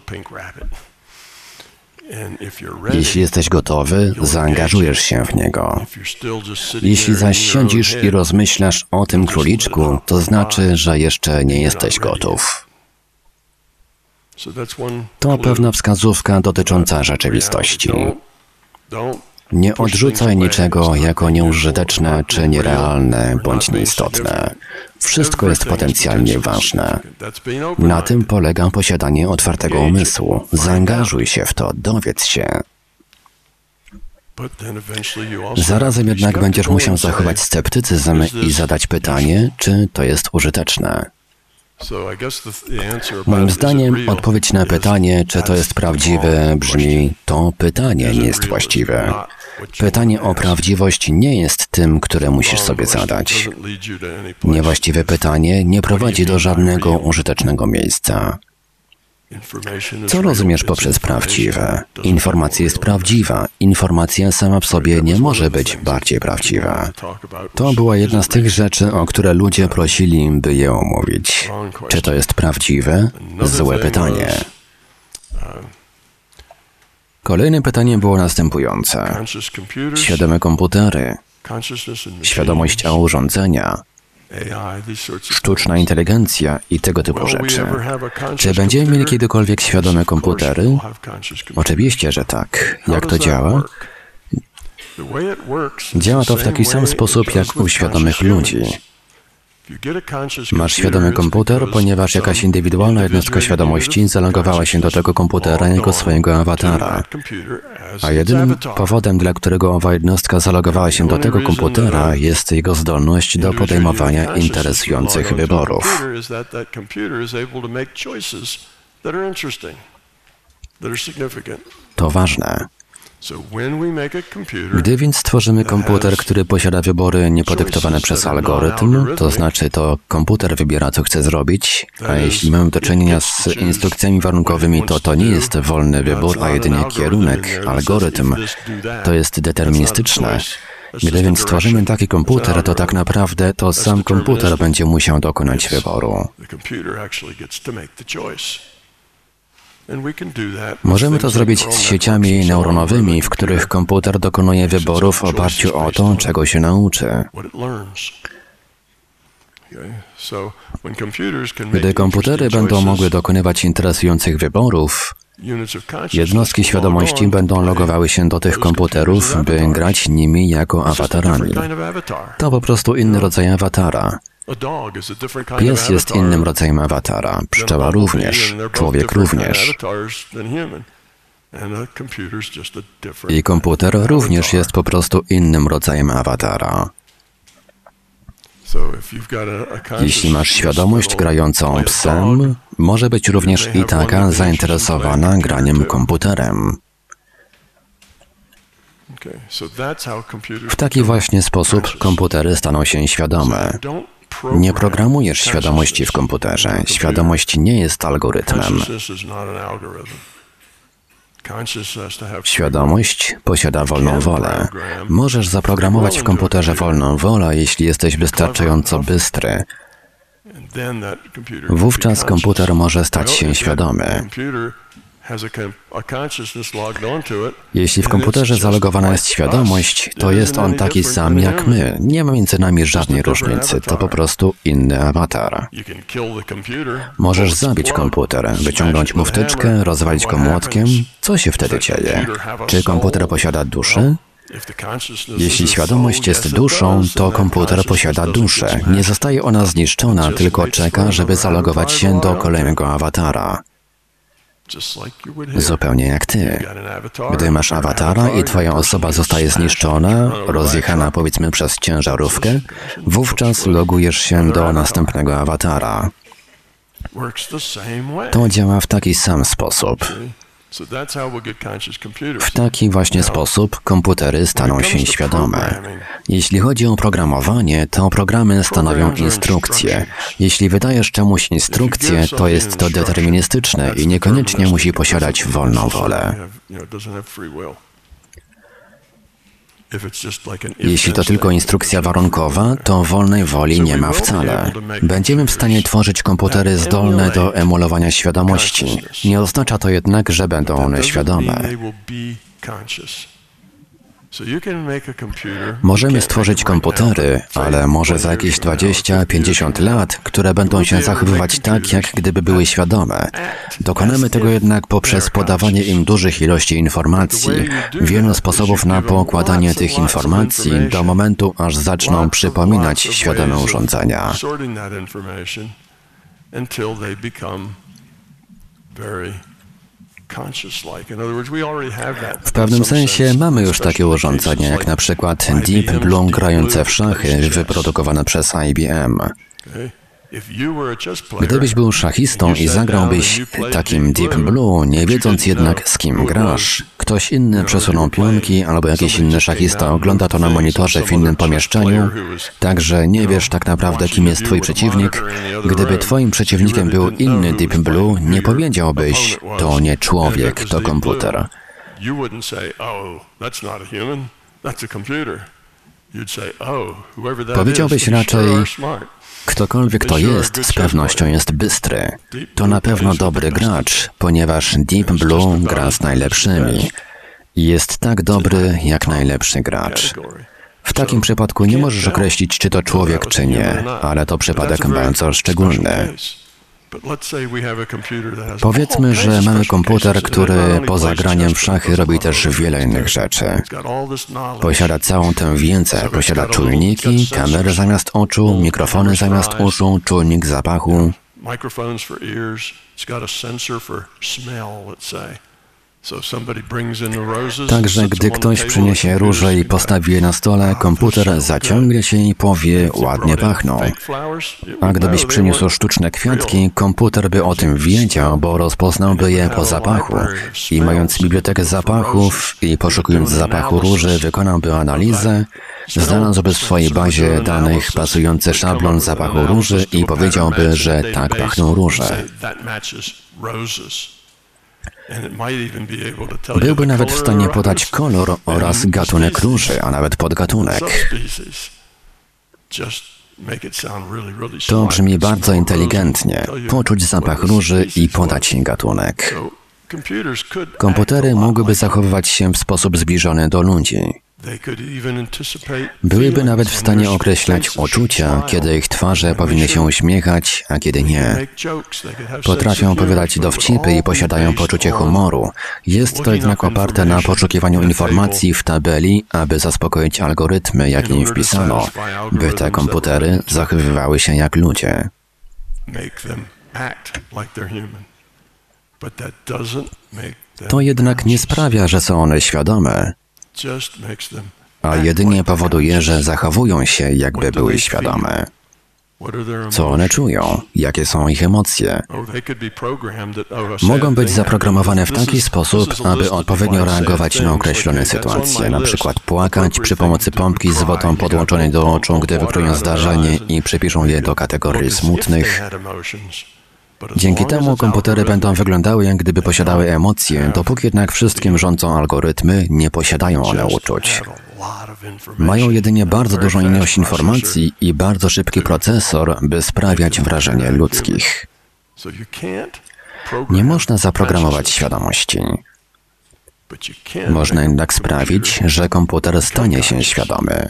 Jeśli jesteś gotowy, zaangażujesz się w niego. Jeśli zaś siedzisz i rozmyślasz o tym króliczku, to znaczy, że jeszcze nie jesteś gotów. To pewna wskazówka dotycząca rzeczywistości. Nie odrzucaj niczego jako nieużyteczne, czy nierealne, bądź nieistotne. Wszystko jest potencjalnie ważne. Na tym polega posiadanie otwartego umysłu. Zaangażuj się w to, dowiedz się. Zarazem jednak będziesz musiał zachować sceptycyzm i zadać pytanie, czy to jest użyteczne. Moim zdaniem odpowiedź na pytanie, czy to jest prawdziwe, brzmi: to pytanie nie jest właściwe. Pytanie o prawdziwość nie jest tym, które musisz sobie zadać. Niewłaściwe pytanie nie prowadzi do żadnego użytecznego miejsca. Co rozumiesz poprzez prawdziwe? Informacja jest prawdziwa. Informacja sama w sobie nie może być bardziej prawdziwa. To była jedna z tych rzeczy, o które ludzie prosili, by je omówić. Czy to jest prawdziwe? Złe pytanie. Kolejne pytanie było następujące. Świadome komputery, świadomość urządzenia, sztuczna inteligencja i tego typu rzeczy. Czy będziemy mieli kiedykolwiek świadome komputery? Oczywiście, że tak. Jak to działa? Działa to w taki sam sposób jak u świadomych ludzi. Masz świadomy komputer, ponieważ jakaś indywidualna jednostka świadomości zalogowała się do tego komputera jako swojego awatara. A jedynym powodem, dla którego owa jednostka zalogowała się do tego komputera, jest jego zdolność do podejmowania interesujących wyborów. To ważne. Gdy więc stworzymy komputer, który posiada wybory niepodyktowane przez algorytm, to znaczy to komputer wybiera, co chce zrobić, a jeśli mamy do czynienia z instrukcjami warunkowymi, to nie jest wolny wybór, a jedynie kierunek, algorytm. To jest deterministyczne. Gdy więc stworzymy taki komputer, to tak naprawdę to sam komputer będzie musiał dokonać wyboru. Możemy to zrobić z sieciami neuronowymi, w których komputer dokonuje wyborów w oparciu o to, czego się nauczy. Gdy komputery będą mogły dokonywać interesujących wyborów, jednostki świadomości będą logowały się do tych komputerów, by grać nimi jako awatarami. To po prostu inny rodzaj awatara. Pies jest innym rodzajem awatara, pszczoła również, człowiek również. I komputer również jest po prostu innym rodzajem awatara. Jeśli masz świadomość grającą psem, może być również i taka zainteresowana graniem komputerem. W taki właśnie sposób komputery staną się świadome. Nie programujesz świadomości w komputerze. Świadomość nie jest algorytmem. Świadomość posiada wolną wolę. Możesz zaprogramować w komputerze wolną wolę, jeśli jesteś wystarczająco bystry. Wówczas komputer może stać się świadomy. Jeśli w komputerze zalogowana jest świadomość, to jest on taki sam jak my. Nie ma między nami żadnej różnicy. To po prostu inny awatar. Możesz zabić komputer, wyciągnąć mu wtyczkę, rozwalić go młotkiem. Co się wtedy dzieje? Czy komputer posiada duszę? Jeśli świadomość jest duszą, to komputer posiada duszę. Nie zostaje ona zniszczona, tylko czeka, żeby zalogować się do kolejnego awatara. Zupełnie jak ty. Gdy masz awatara i twoja osoba zostaje zniszczona, rozjechana powiedzmy przez ciężarówkę, wówczas logujesz się do następnego awatara. To działa w taki sam sposób. W taki właśnie sposób komputery staną się świadome. Jeśli chodzi o programowanie, to programy stanowią instrukcje. Jeśli wydajesz czemuś instrukcję, to jest to deterministyczne i niekoniecznie musi posiadać wolną wolę. Jeśli to tylko instrukcja warunkowa, to wolnej woli nie ma wcale. Będziemy w stanie tworzyć komputery zdolne do emulowania świadomości. Nie oznacza to jednak, że będą one świadome. Możemy stworzyć komputery, ale może za jakieś 20-50 lat, które będą się zachowywać tak, jak gdyby były świadome. Dokonamy tego jednak poprzez podawanie im dużych ilości informacji, wielu sposobów na poukładanie tych informacji do momentu, aż zaczną przypominać świadome urządzenia. W pewnym sensie mamy już takie urządzenia, jak na przykład Deep Blue grające w szachy, wyprodukowane przez IBM. Gdybyś był szachistą i zagrałbyś takim Deep Blue, nie wiedząc jednak z kim grasz, ktoś inny przesunął pionki albo jakiś inny szachista ogląda to na monitorze w innym pomieszczeniu, także nie wiesz tak naprawdę, kim jest twój przeciwnik. Gdyby twoim przeciwnikiem był inny Deep Blue, nie powiedziałbyś, to nie człowiek, to komputer. Powiedziałbyś raczej, ktokolwiek to jest, z pewnością jest bystry. To na pewno dobry gracz, ponieważ Deep Blue gra z najlepszymi. Jest tak dobry, jak najlepszy gracz. W takim przypadku nie możesz określić, czy to człowiek, czy nie, ale to przypadek bardzo szczególny. Powiedzmy, że mamy komputer, który poza graniem w szachy robi też wiele innych rzeczy. Posiada całą tę wiedzę, posiada czujniki, kamery zamiast oczu, mikrofony zamiast uszu, czujnik zapachu. Także gdy ktoś przyniesie róże i postawi je na stole, komputer zaciągnie się i powie, ładnie pachną. A gdybyś przyniósł sztuczne kwiatki, komputer by o tym wiedział, bo rozpoznałby je po zapachu. I mając bibliotekę zapachów i poszukując zapachu róży, wykonałby analizę, znalazłby w swojej bazie danych pasujący szablon zapachu róży i powiedziałby, że tak pachną róże. Byłby nawet w stanie podać kolor oraz gatunek róży, a nawet podgatunek. To brzmi bardzo inteligentnie. Poczuć zapach róży i podać gatunek. Komputery mogłyby zachowywać się w sposób zbliżony do ludzi. Byłyby nawet w stanie określać uczucia, kiedy ich twarze powinny się uśmiechać, a kiedy nie. Potrafią opowiadać dowcipy i posiadają poczucie humoru. Jest to jednak oparte na poszukiwaniu informacji w tabeli, aby zaspokoić algorytmy, jakie im wpisano, by te komputery zachowywały się jak ludzie. To jednak nie sprawia, że są one świadome, a jedynie powoduje, że zachowują się, jakby były świadome. Co one czują? Jakie są ich emocje? Mogą być zaprogramowane w taki sposób, aby odpowiednio reagować na określone sytuacje, na przykład płakać przy pomocy pompki z wodą podłączonej do oczu, gdy wykryją zdarzenie i przypiszą je do kategorii smutnych. Dzięki temu komputery będą wyglądały, jak gdyby posiadały emocje, dopóki jednak wszystkim rządzą algorytmy, nie posiadają one uczuć. Mają jedynie bardzo dużą ilość informacji i bardzo szybki procesor, by sprawiać wrażenie ludzkich. Nie można zaprogramować świadomości. Można jednak sprawić, że komputer stanie się świadomy.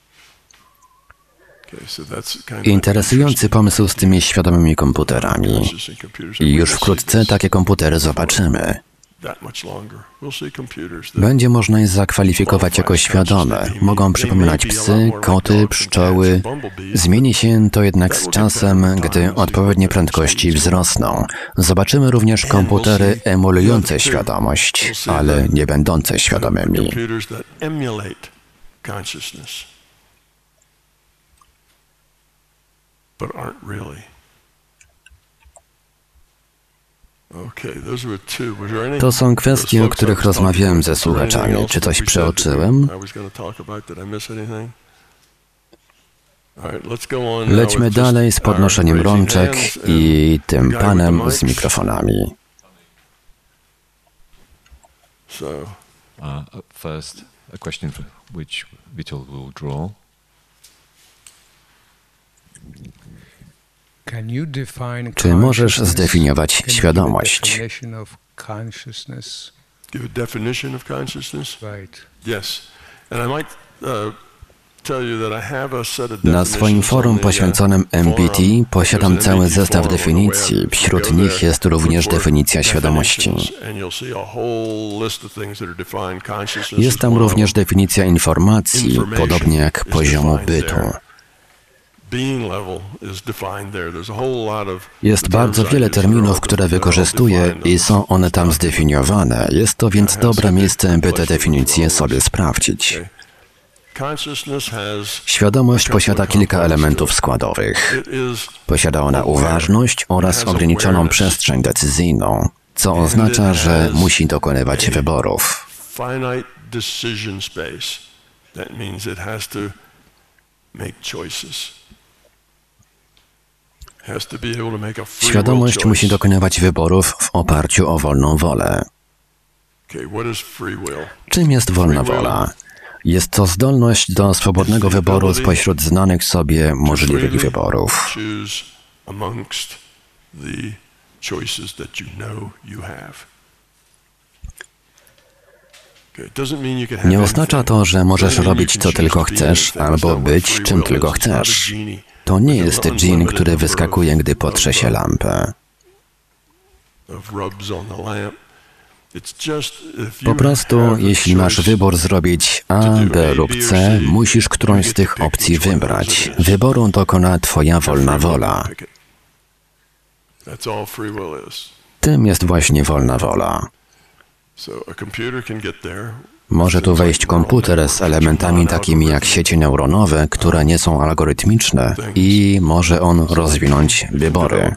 Interesujący pomysł z tymi świadomymi komputerami. I już wkrótce takie komputery zobaczymy. Będzie można je zakwalifikować jako świadome. Mogą przypominać psy, koty, pszczoły. Zmieni się to jednak z czasem, gdy odpowiednie prędkości wzrosną. Zobaczymy również komputery emulujące świadomość, ale nie będące świadomymi. To są kwestie, o których rozmawiałem ze słuchaczami. Czy coś przeoczyłem? Lećmy dalej z podnoszeniem rączek i tym panem z mikrofonami.
First, a question which Witold will draw.
Czy możesz zdefiniować świadomość? Na swoim forum poświęconym MBT posiadam cały zestaw definicji. Wśród nich jest również definicja świadomości. Jest tam również definicja informacji, podobnie jak poziomu bytu. Jest bardzo wiele terminów, które wykorzystuję i są one tam zdefiniowane. Jest to więc dobre miejsce, by te definicje sobie sprawdzić. Świadomość posiada kilka elementów składowych. Posiada ona uważność oraz ograniczoną przestrzeń decyzyjną, co oznacza, że musi dokonywać wyborów. Świadomość musi dokonywać wyborów w oparciu o wolną wolę. Czym jest wolna wola? Jest to zdolność do swobodnego wyboru spośród znanych sobie możliwych wyborów. Nie oznacza to, że możesz robić co tylko chcesz, albo być czym tylko chcesz. To nie jest dżin, który wyskakuje, gdy potrze się lampę. Po prostu, jeśli masz wybór zrobić A, B lub C, musisz którąś z tych opcji wybrać. Wyboru dokona twoja wolna wola. Tym jest właśnie wolna wola. Może tu wejść komputer z elementami takimi jak sieci neuronowe, które nie są algorytmiczne i może on rozwinąć wybory.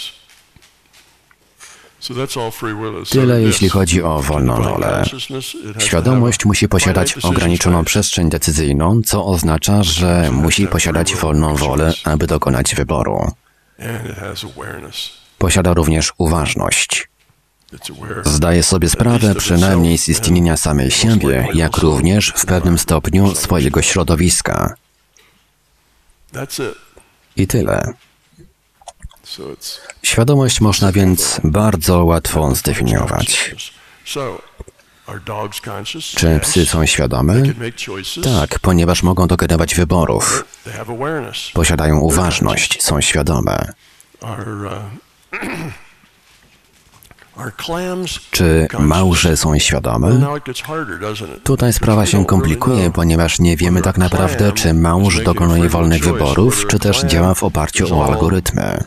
Tyle jeśli chodzi o wolną wolę. Świadomość musi posiadać ograniczoną przestrzeń decyzyjną, co oznacza, że musi posiadać wolną wolę, aby dokonać wyboru. Posiada również uważność. Zdaje sobie sprawę przynajmniej z istnienia samej siebie, jak również w pewnym stopniu swojego środowiska. I tyle. Świadomość można więc bardzo łatwo zdefiniować. Czy psy są świadome? Tak, ponieważ mogą dokonywać wyborów. Posiadają uważność, są świadome. Czy małże są świadome? Tutaj sprawa się komplikuje, ponieważ nie wiemy tak naprawdę, czy małż dokonuje wolnych wyborów, czy też działa w oparciu o algorytmy.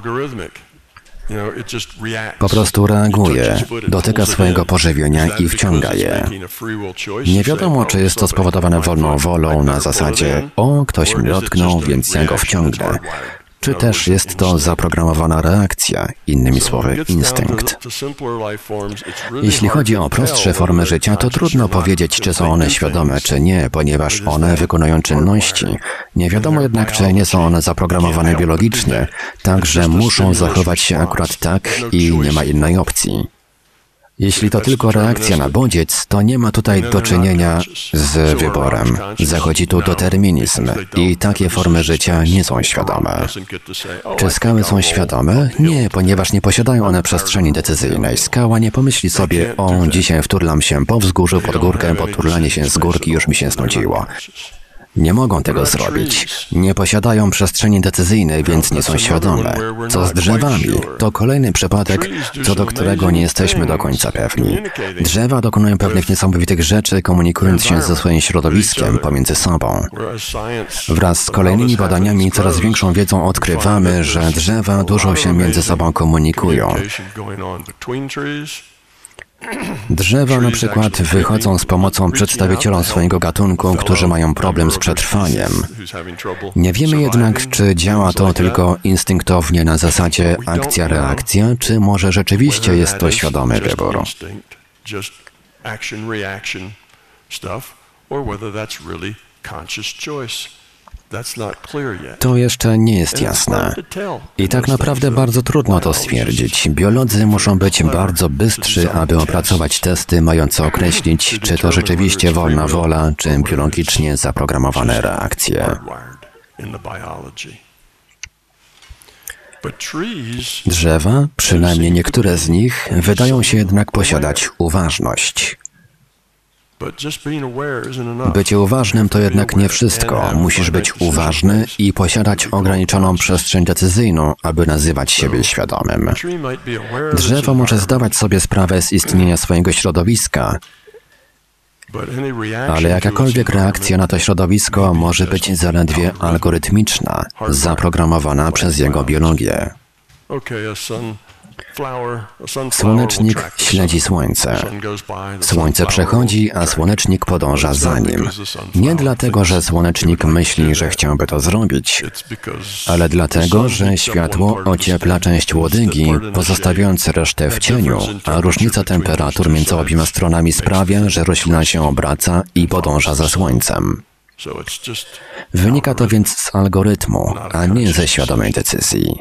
Po prostu reaguje, dotyka swojego pożywienia i wciąga je. Nie wiadomo, czy jest to spowodowane wolną wolą na zasadzie „o, ktoś mnie dotknął, więc ja go wciągnę”, czy też jest to zaprogramowana reakcja, innymi słowy instynkt. Jeśli chodzi o prostsze formy życia, to trudno powiedzieć, czy są one świadome, czy nie, ponieważ one wykonują czynności. Nie wiadomo jednak, czy nie są one zaprogramowane biologicznie, także muszą zachować się akurat tak i nie ma innej opcji. Jeśli to tylko reakcja na bodziec, to nie ma tutaj do czynienia z wyborem. Zachodzi tu determinizm i takie formy życia nie są świadome. Czy skały są świadome? Nie, ponieważ nie posiadają one przestrzeni decyzyjnej. Skała nie pomyśli sobie: o, dzisiaj wturlam się po wzgórzu pod górkę, bo turlanie się z górki już mi się znudziło. Nie mogą tego zrobić. Nie posiadają przestrzeni decyzyjnej, więc nie są świadome. Co z drzewami? To kolejny przypadek, co do którego nie jesteśmy do końca pewni. Drzewa dokonują pewnych niesamowitych rzeczy, komunikując się ze swoim środowiskiem pomiędzy sobą. Wraz z kolejnymi badaniami coraz większą wiedzą odkrywamy, że drzewa dużo się między sobą komunikują. Drzewa na przykład wychodzą z pomocą przedstawicielom swojego gatunku, którzy mają problem z przetrwaniem. Nie wiemy jednak, czy działa to tylko instynktownie na zasadzie akcja-reakcja, czy może rzeczywiście jest to świadomy wybór. To jeszcze nie jest jasne. I tak naprawdę bardzo trudno to stwierdzić. Biolodzy muszą być bardzo bystrzy, aby opracować testy mające określić, czy to rzeczywiście wolna wola, czy biologicznie zaprogramowane reakcje. Drzewa, przynajmniej niektóre z nich, wydają się jednak posiadać uważność. Bycie uważnym to jednak nie wszystko. Musisz być uważny i posiadać ograniczoną przestrzeń decyzyjną, aby nazywać siebie świadomym. Drzewo może zdawać sobie sprawę z istnienia swojego środowiska, ale jakakolwiek reakcja na to środowisko może być zaledwie algorytmiczna, zaprogramowana przez jego biologię. Słonecznik śledzi słońce. Słońce przechodzi, a słonecznik podąża za nim. Nie dlatego, że słonecznik myśli, że chciałby to zrobić, ale dlatego, że światło ociepla część łodygi, pozostawiając resztę w cieniu, a różnica temperatur między obiema stronami sprawia, że roślina się obraca i podąża za słońcem. Wynika to więc z algorytmu, a nie ze świadomej decyzji.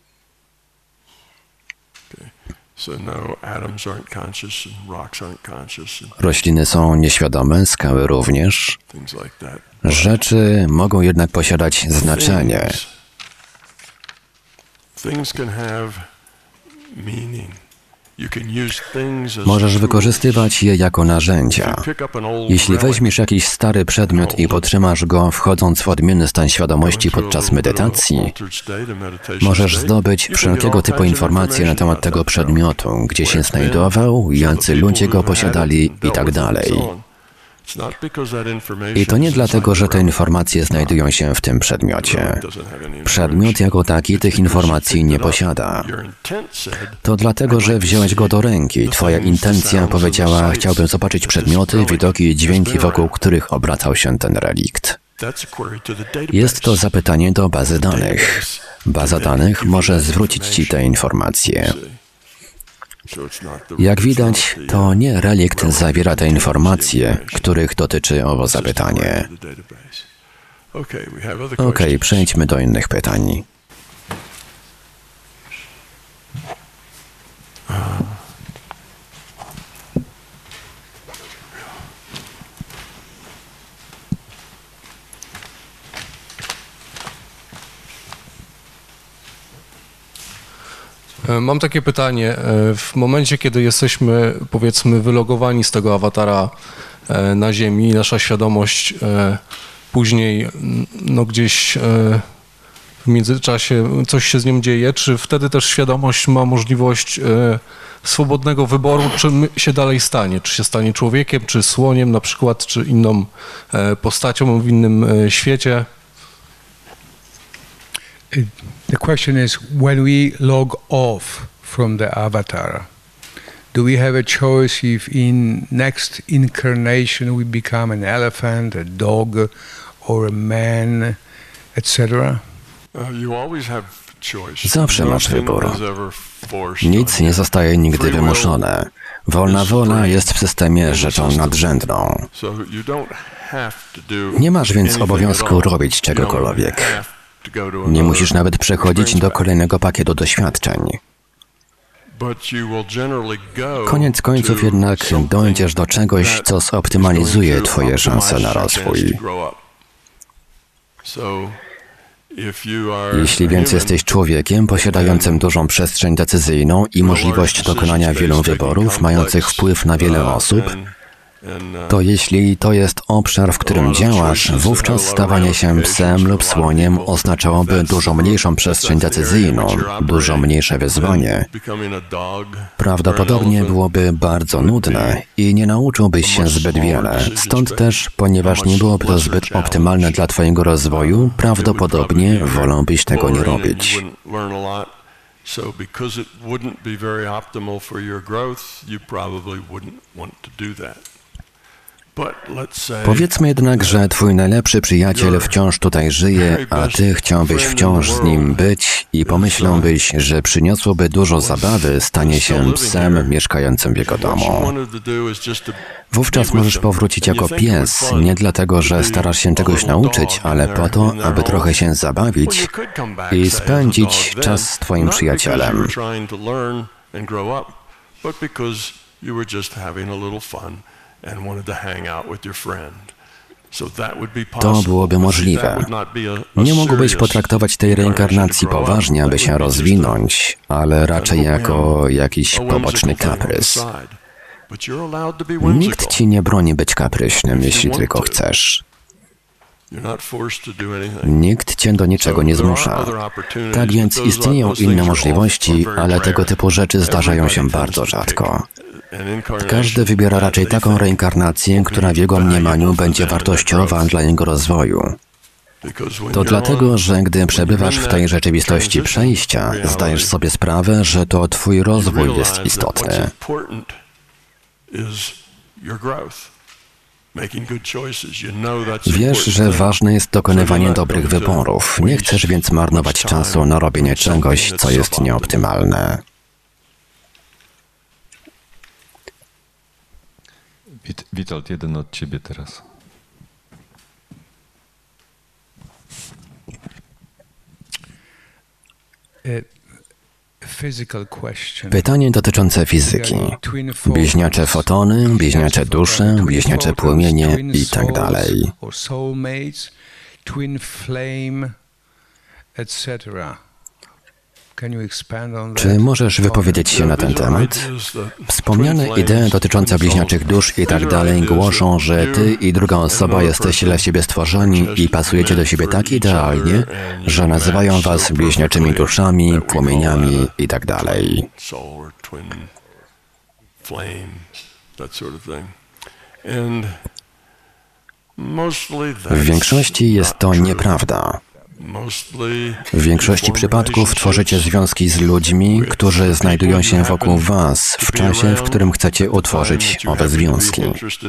Rośliny są nieświadome, skały również. Rzeczy mogą jednak posiadać znaczenie. Możesz wykorzystywać je jako narzędzia. Jeśli weźmiesz jakiś stary przedmiot i potrzymasz go, wchodząc w odmienny stan świadomości podczas medytacji, możesz zdobyć wszelkiego typu informacje na temat tego przedmiotu, gdzie się znajdował, jacy ludzie go posiadali i tak dalej. I to nie dlatego, że te informacje znajdują się w tym przedmiocie. Przedmiot jako taki tych informacji nie posiada. To dlatego, że wziąłeś go do ręki. Twoja intencja powiedziała: chciałbym zobaczyć przedmioty, widoki i dźwięki, wokół których obracał się ten relikt. Jest to zapytanie do bazy danych. Baza danych może zwrócić Ci te informacje. Jak widać, to nie relikt zawiera te informacje, których dotyczy owo zapytanie. Okej, przejdźmy do innych pytań.
Mam takie pytanie. W momencie, kiedy jesteśmy, powiedzmy, wylogowani z tego awatara na Ziemi, nasza świadomość później gdzieś w międzyczasie coś się z nią dzieje, czy wtedy też świadomość ma możliwość swobodnego wyboru, czym się dalej stanie? Czy się stanie człowiekiem, czy słoniem na przykład, czy inną postacią w innym świecie?
The question is, when we log off from the avatar, do we have a choice if in next incarnation we become an elephant, a dog, or a man, etc.?
Zawsze masz wybór. Nic nie zostaje nigdy wymuszone. Wolna wola jest w systemie rzeczą nadrzędną. Nie masz więc obowiązku robić czegokolwiek. Nie musisz nawet przechodzić do kolejnego pakietu doświadczeń. Koniec końców jednak dojdziesz do czegoś, co zoptymalizuje Twoje szanse na rozwój. Jeśli więc jesteś człowiekiem posiadającym dużą przestrzeń decyzyjną i możliwość dokonania wielu wyborów, mających wpływ na wiele osób, to jeśli to jest obszar, w którym działasz, wówczas stawanie się psem lub słoniem oznaczałoby dużo mniejszą przestrzeń decyzyjną, dużo mniejsze wyzwanie. Prawdopodobnie byłoby bardzo nudne i nie nauczyłbyś się zbyt wiele. Stąd też, ponieważ nie byłoby to zbyt optymalne dla Twojego rozwoju, prawdopodobnie wolałbyś tego nie robić.
So because it wouldn't be very optimal for your growth, you probably wouldn't want to do that.
Powiedzmy jednak, że Twój najlepszy przyjaciel wciąż tutaj żyje, a Ty chciałbyś wciąż z nim być i pomyślałbyś, że przyniosłoby dużo zabawy stanie się psem mieszkającym w jego domu. Wówczas możesz powrócić jako pies, nie dlatego, że starasz się czegoś nauczyć, ale po to, aby trochę się zabawić i spędzić czas z Twoim przyjacielem. To byłoby możliwe. Nie mógłbyś potraktować tej reinkarnacji poważnie, aby się rozwinąć, ale raczej jako jakiś poboczny kaprys. Nikt ci nie broni być kapryśnym, jeśli tylko chcesz. Nikt cię do niczego nie zmusza. Tak więc istnieją inne możliwości, ale tego typu rzeczy zdarzają się bardzo rzadko. Każdy wybiera raczej taką reinkarnację, która w jego mniemaniu będzie wartościowa dla jego rozwoju. To dlatego, że gdy przebywasz w tej rzeczywistości przejścia, zdajesz sobie sprawę, że to Twój rozwój jest istotny. Wiesz, że ważne jest dokonywanie dobrych wyborów. Nie chcesz więc marnować czasu na robienie czegoś, co jest nieoptymalne.
Witold, jeden od Ciebie teraz.
Pytanie dotyczące fizyki. Bliźniacze fotony, bliźniacze dusze, bliźniacze płomienie i tak dalej. Czy możesz wypowiedzieć się na ten temat? Wspomniane idee dotyczące bliźniaczych dusz i tak dalej głoszą, że ty i druga osoba jesteście dla siebie stworzeni i pasujecie do siebie tak idealnie, że nazywają was bliźniaczymi duszami, płomieniami i tak dalej. W większości jest to nieprawda. W większości przypadków tworzycie związki z ludźmi, którzy znajdują się wokół Was w czasie, w którym chcecie utworzyć owe związki.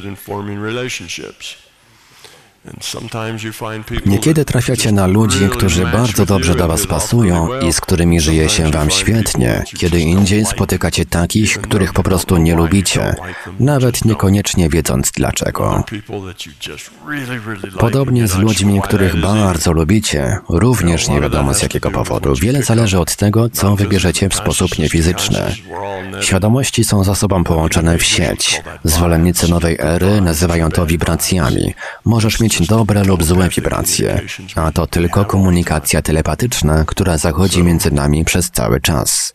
Niekiedy trafiacie na ludzi, którzy bardzo dobrze do Was pasują i z którymi żyje się Wam świetnie. Kiedy indziej spotykacie takich, których po prostu nie lubicie, nawet niekoniecznie wiedząc dlaczego. Podobnie z ludźmi, których bardzo lubicie, również nie wiadomo z jakiego powodu. Wiele zależy od tego, co wybierzecie w sposób niefizyczny. Świadomości są ze sobą połączone w sieć. Zwolennicy nowej ery nazywają to wibracjami. Możesz mieć dobre lub złe wibracje, a to tylko komunikacja telepatyczna, która zachodzi między nami przez cały czas.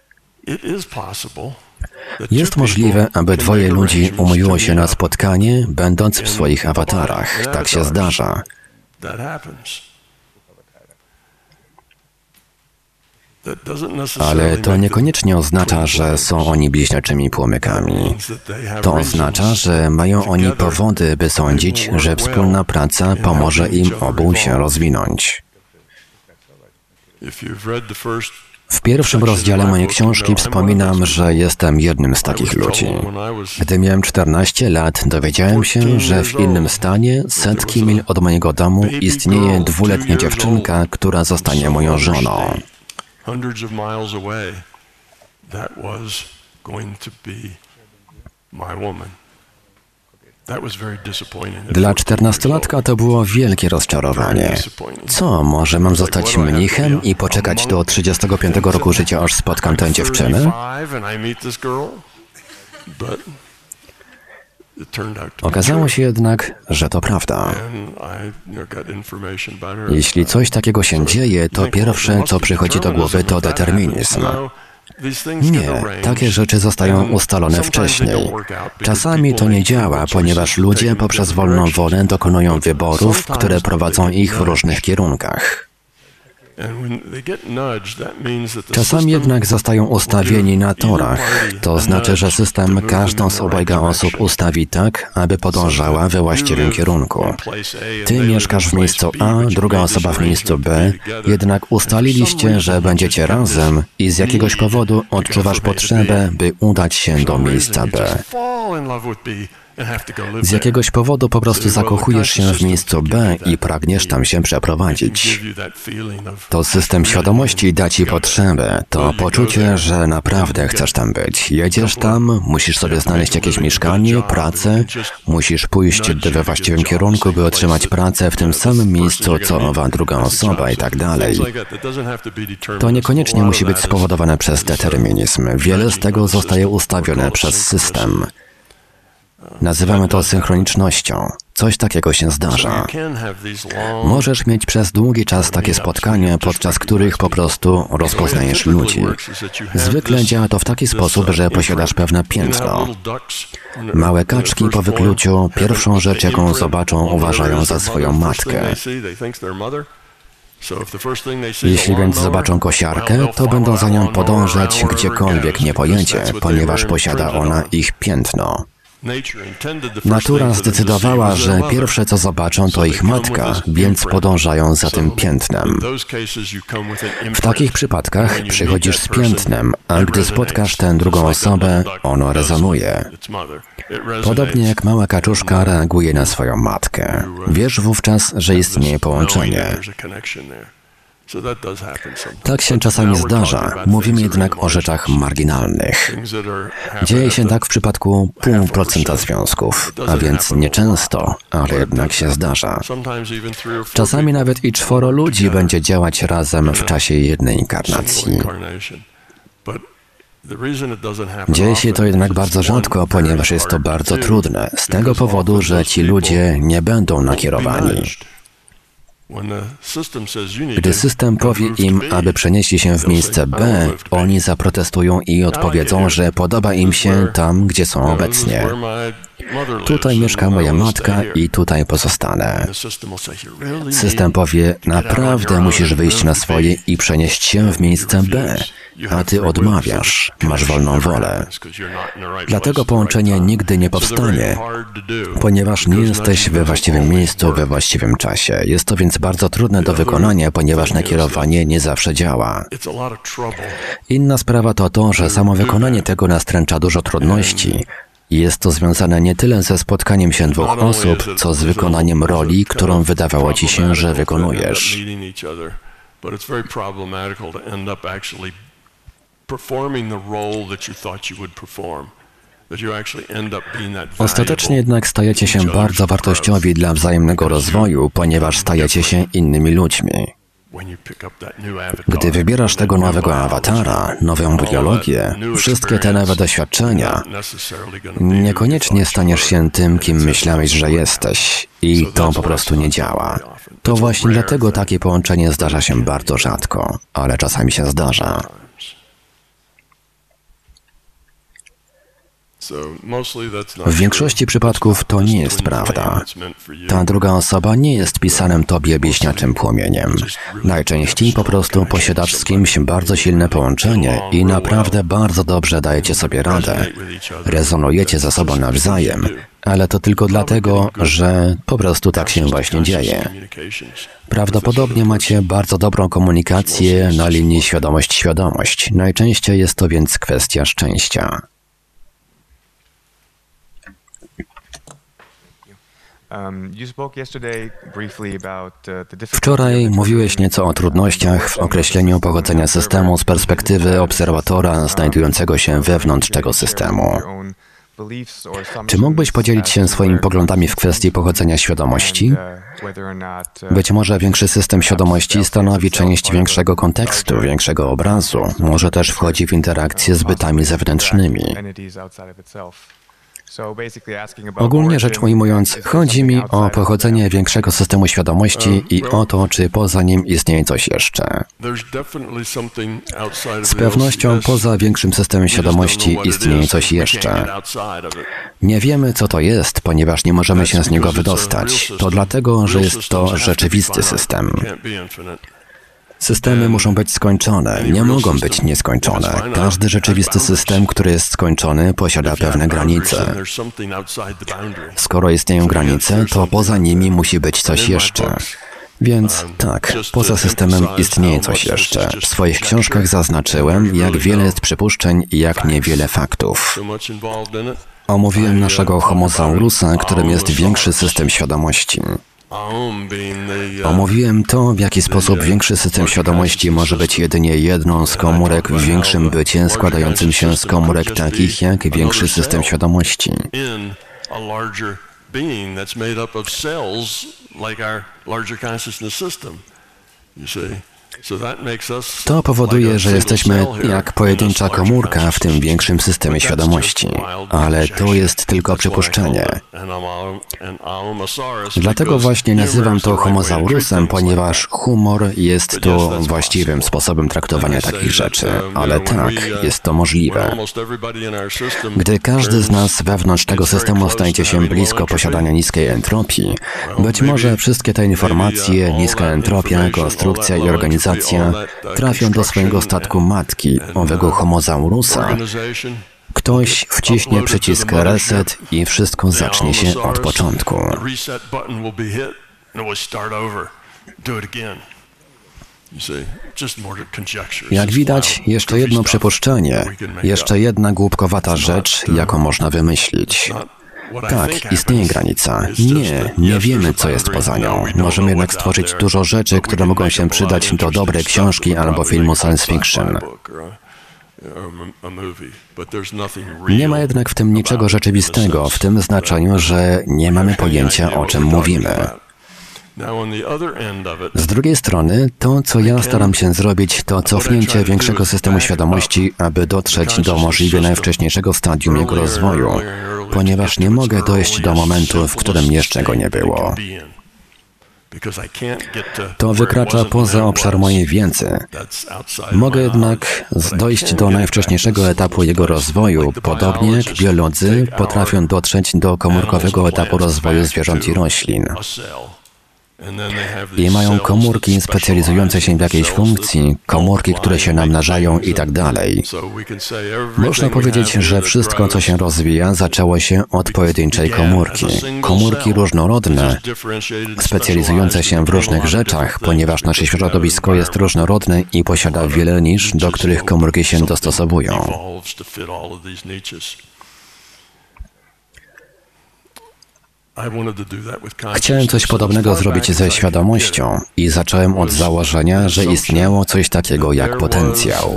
Jest możliwe, aby dwoje ludzi umówiło się na spotkanie, będąc w swoich awatarach. Tak się zdarza. Ale to niekoniecznie oznacza, że są oni bliźniaczymi płomykami. To oznacza, że mają oni powody, by sądzić, że wspólna praca pomoże im obu się rozwinąć. W pierwszym rozdziale mojej książki wspominam, że jestem jednym z takich ludzi. Gdy miałem 14 lat, dowiedziałem się, że w innym stanie, setki mil od mojego domu, istnieje 2-letnia dziewczynka, która zostanie moją żoną.
Hundreds of miles away, that was going to be my woman. That was very disappointing.
Dla 14-latka to było wielkie rozczarowanie. Co, może mam zostać mnichem i poczekać do 35 roku życia, aż spotkam tę dziewczynę? Okazało się jednak, że to prawda. Jeśli coś takiego się dzieje, to pierwsze, co przychodzi do głowy, to determinizm. Nie, takie rzeczy zostają ustalone wcześniej. Czasami to nie działa, ponieważ ludzie poprzez wolną wolę dokonują wyborów, które prowadzą ich w różnych kierunkach. Czasami jednak zostają ustawieni na torach. To znaczy, że system każdą z obojga osób ustawi tak, aby podążała we właściwym kierunku. Ty mieszkasz w miejscu A, druga osoba w miejscu B, jednak ustaliliście, że będziecie razem i z jakiegoś powodu odczuwasz potrzebę, by udać się do miejsca B. Z jakiegoś powodu po prostu zakochujesz się w miejscu B i pragniesz tam się przeprowadzić. To system świadomości da ci potrzebę, to poczucie, że naprawdę chcesz tam być. Jedziesz tam, musisz sobie znaleźć jakieś mieszkanie, pracę, musisz pójść we właściwym kierunku, by otrzymać pracę w tym samym miejscu, co owa druga osoba i tak dalej. To niekoniecznie musi być spowodowane przez determinizm. Wiele z tego zostaje ustawione przez system. Nazywamy to synchronicznością. Coś takiego się zdarza. Możesz mieć przez długi czas takie spotkania, podczas których po prostu rozpoznajesz ludzi. Zwykle działa to w taki sposób, że posiadasz pewne piętno. Małe kaczki po wykluciu pierwszą rzecz, jaką zobaczą, uważają za swoją matkę. Jeśli więc zobaczą kosiarkę, to będą za nią podążać gdziekolwiek nie pojedzie, ponieważ posiada ona ich piętno. Natura zdecydowała, że pierwsze co zobaczą to ich matka, więc podążają za tym piętnem. W takich przypadkach przychodzisz z piętnem, a gdy spotkasz tę drugą osobę, ono rezonuje. Podobnie jak mała kaczuszka reaguje na swoją matkę. Wiesz wówczas, że istnieje połączenie. Tak się czasami zdarza, mówimy jednak o rzeczach marginalnych. Dzieje się tak w przypadku 0,5% związków, a więc nieczęsto, ale jednak się zdarza. Czasami nawet i 4 ludzi będzie działać razem w czasie jednej inkarnacji. Dzieje się to jednak bardzo rzadko, ponieważ jest to bardzo trudne, z tego powodu, że ci ludzie nie będą nakierowani. Gdy system powie im, aby przenieśli się w miejsce B, oni zaprotestują i odpowiedzą, że podoba im się tam, gdzie są obecnie. Tutaj mieszka moja matka i tutaj pozostanę. System powie, naprawdę musisz wyjść na swoje i przenieść się w miejsce B, a ty odmawiasz, masz wolną wolę. Dlatego połączenie nigdy nie powstanie, ponieważ nie jesteś we właściwym miejscu we właściwym czasie. Jest to więc bardzo trudne do wykonania, ponieważ nakierowanie nie zawsze działa. Inna sprawa to to, że samo wykonanie tego nastręcza dużo trudności. Jest to związane nie tyle ze spotkaniem się dwóch osób, co z wykonaniem roli, którą wydawało ci się, że wykonujesz. Ostatecznie jednak stajecie się bardzo wartościowi dla wzajemnego rozwoju, ponieważ stajecie się innymi ludźmi. Gdy wybierasz tego nowego awatara, nową biologię, wszystkie te nowe doświadczenia, niekoniecznie staniesz się tym, kim myślałeś, że jesteś. I to po prostu nie działa. To właśnie dlatego takie połączenie zdarza się bardzo rzadko, ale czasami się zdarza. W większości przypadków to nie jest prawda. Ta druga osoba nie jest pisanym tobie bliźniaczym płomieniem. Najczęściej po prostu posiadasz z kimś bardzo silne połączenie i naprawdę bardzo dobrze dajecie sobie radę. Rezonujecie ze sobą nawzajem, ale to tylko dlatego, że po prostu tak się właśnie dzieje. Prawdopodobnie macie bardzo dobrą komunikację na linii świadomość-świadomość. Najczęściej jest to więc kwestia szczęścia. Wczoraj mówiłeś nieco o trudnościach w określeniu pochodzenia systemu z perspektywy obserwatora znajdującego się wewnątrz tego systemu. Czy mógłbyś podzielić się swoimi poglądami w kwestii pochodzenia świadomości? Być może większy system świadomości stanowi część większego kontekstu, większego obrazu, może też wchodzi w interakcję z bytami zewnętrznymi. Ogólnie rzecz ujmując, chodzi mi o pochodzenie większego systemu świadomości i o to, czy poza nim istnieje coś jeszcze. Z pewnością poza większym systemem świadomości istnieje coś jeszcze. Nie wiemy, co to jest, ponieważ nie możemy się z niego wydostać. To dlatego, że jest to rzeczywisty system. Systemy muszą być skończone, nie mogą być nieskończone. Każdy rzeczywisty system, który jest skończony, posiada pewne granice. Skoro istnieją granice, to poza nimi musi być coś jeszcze. Więc tak, poza systemem istnieje coś jeszcze. W swoich książkach zaznaczyłem, jak wiele jest przypuszczeń i jak niewiele faktów. Omówiłem naszego homosaurusa, którym jest większy system świadomości. Omówiłem to, w jaki sposób większy system świadomości może być jedynie jedną z komórek w większym bycie składającym się z komórek takich jak większy system świadomości. To powoduje, że jesteśmy jak pojedyncza komórka w tym większym systemie świadomości, ale to jest tylko przypuszczenie. Dlatego właśnie nazywam to homosaurusem, ponieważ humor jest tu właściwym sposobem traktowania takich rzeczy, ale tak, jest to możliwe. Gdy każdy z nas wewnątrz tego systemu znajdzie się blisko posiadania niskiej entropii, być może wszystkie te informacje, niska entropia, konstrukcja i organizacja trafią do swojego statku matki, owego homosaurusa. Ktoś wciśnie przycisk reset i wszystko zacznie się od początku. Jak widać, jeszcze jedno przypuszczenie, jeszcze jedna głupkowata rzecz, jaką można wymyślić. Tak, istnieje granica. Nie wiemy, co jest poza nią. Możemy jednak stworzyć dużo rzeczy, które mogą się przydać do dobrej książki albo filmu science fiction. Nie ma jednak w tym niczego rzeczywistego, w tym znaczeniu, że nie mamy pojęcia, o czym mówimy. Z drugiej strony, to, co ja staram się zrobić, to cofnięcie większego systemu świadomości, aby dotrzeć do możliwie najwcześniejszego stadium jego rozwoju, ponieważ nie mogę dojść do momentu, w którym jeszcze go nie było. To wykracza poza obszar mojej wiedzy. Mogę jednak dojść do najwcześniejszego etapu jego rozwoju, podobnie jak biolodzy potrafią dotrzeć do komórkowego etapu rozwoju zwierząt i roślin. I mają komórki specjalizujące się w jakiejś funkcji, komórki, które się namnażają i tak dalej. Można powiedzieć, że wszystko, co się rozwija, zaczęło się od pojedynczej komórki. Komórki różnorodne, specjalizujące się w różnych rzeczach, ponieważ nasze środowisko jest różnorodne i posiada wiele nisz, do których komórki się dostosowują. Chciałem coś podobnego zrobić ze świadomością i zacząłem od założenia, że istniało coś takiego jak potencjał.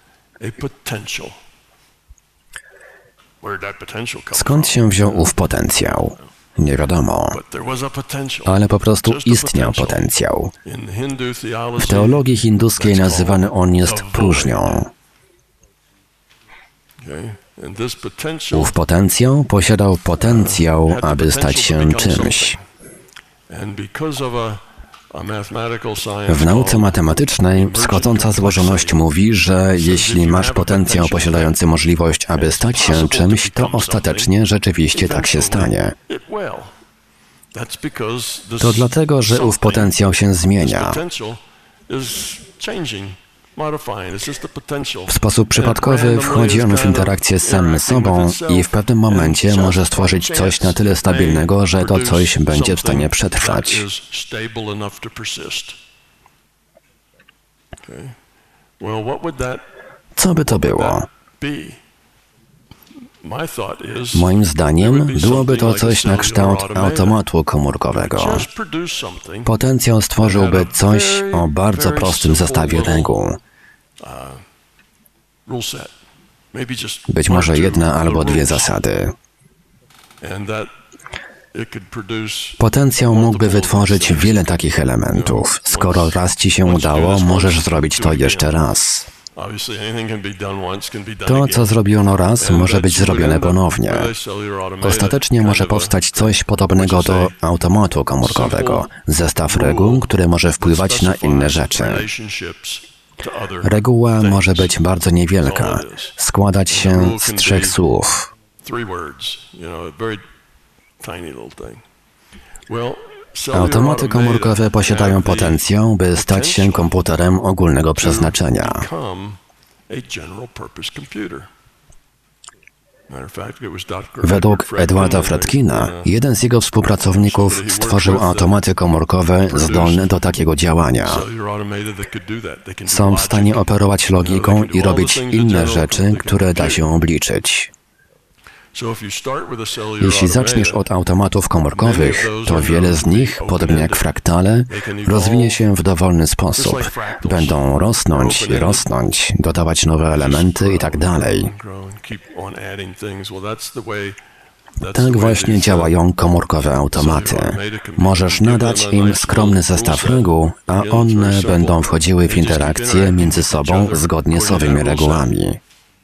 Skąd się wziął ów potencjał? Nie wiadomo, ale po prostu istniał potencjał. W teologii hinduskiej nazywany on jest próżnią. Ów potencjał posiadał potencjał, aby stać się czymś. W nauce matematycznej wschodząca złożoność mówi, że jeśli masz potencjał posiadający możliwość, aby stać się czymś, to ostatecznie rzeczywiście tak się stanie. To dlatego, że ów potencjał się zmienia. W sposób przypadkowy wchodzi on w interakcję z samym sobą i w pewnym momencie może stworzyć coś na tyle stabilnego, że to coś będzie w stanie przetrwać. Co by to było? Moim zdaniem byłoby to coś na kształt automatu komórkowego. Potencjał stworzyłby coś o bardzo prostym zestawie reguł. Być może jedna albo dwie zasady. Potencjał mógłby wytworzyć wiele takich elementów. Skoro raz ci się udało, możesz zrobić to jeszcze raz. To, co zrobiono raz, może być zrobione ponownie. Ostatecznie może powstać coś podobnego do automatu komórkowego, zestaw reguł, który może wpływać na inne rzeczy. Reguła może być bardzo niewielka, składać się z 3 słów. Automaty komórkowe posiadają potencjał, by stać się komputerem ogólnego przeznaczenia. Według Edwarda Fredkina, jeden z jego współpracowników stworzył automaty komórkowe zdolne do takiego działania. Są w stanie operować logiką i robić inne rzeczy, które da się obliczyć. Jeśli zaczniesz od automatów komórkowych, to wiele z nich, podobnie jak fraktale, rozwinie się w dowolny sposób. Będą rosnąć i rosnąć, dodawać nowe elementy i tak dalej. Tak właśnie działają komórkowe automaty. Możesz nadać im skromny zestaw reguł, a one będą wchodziły w interakcje między sobą zgodnie z owymi regułami.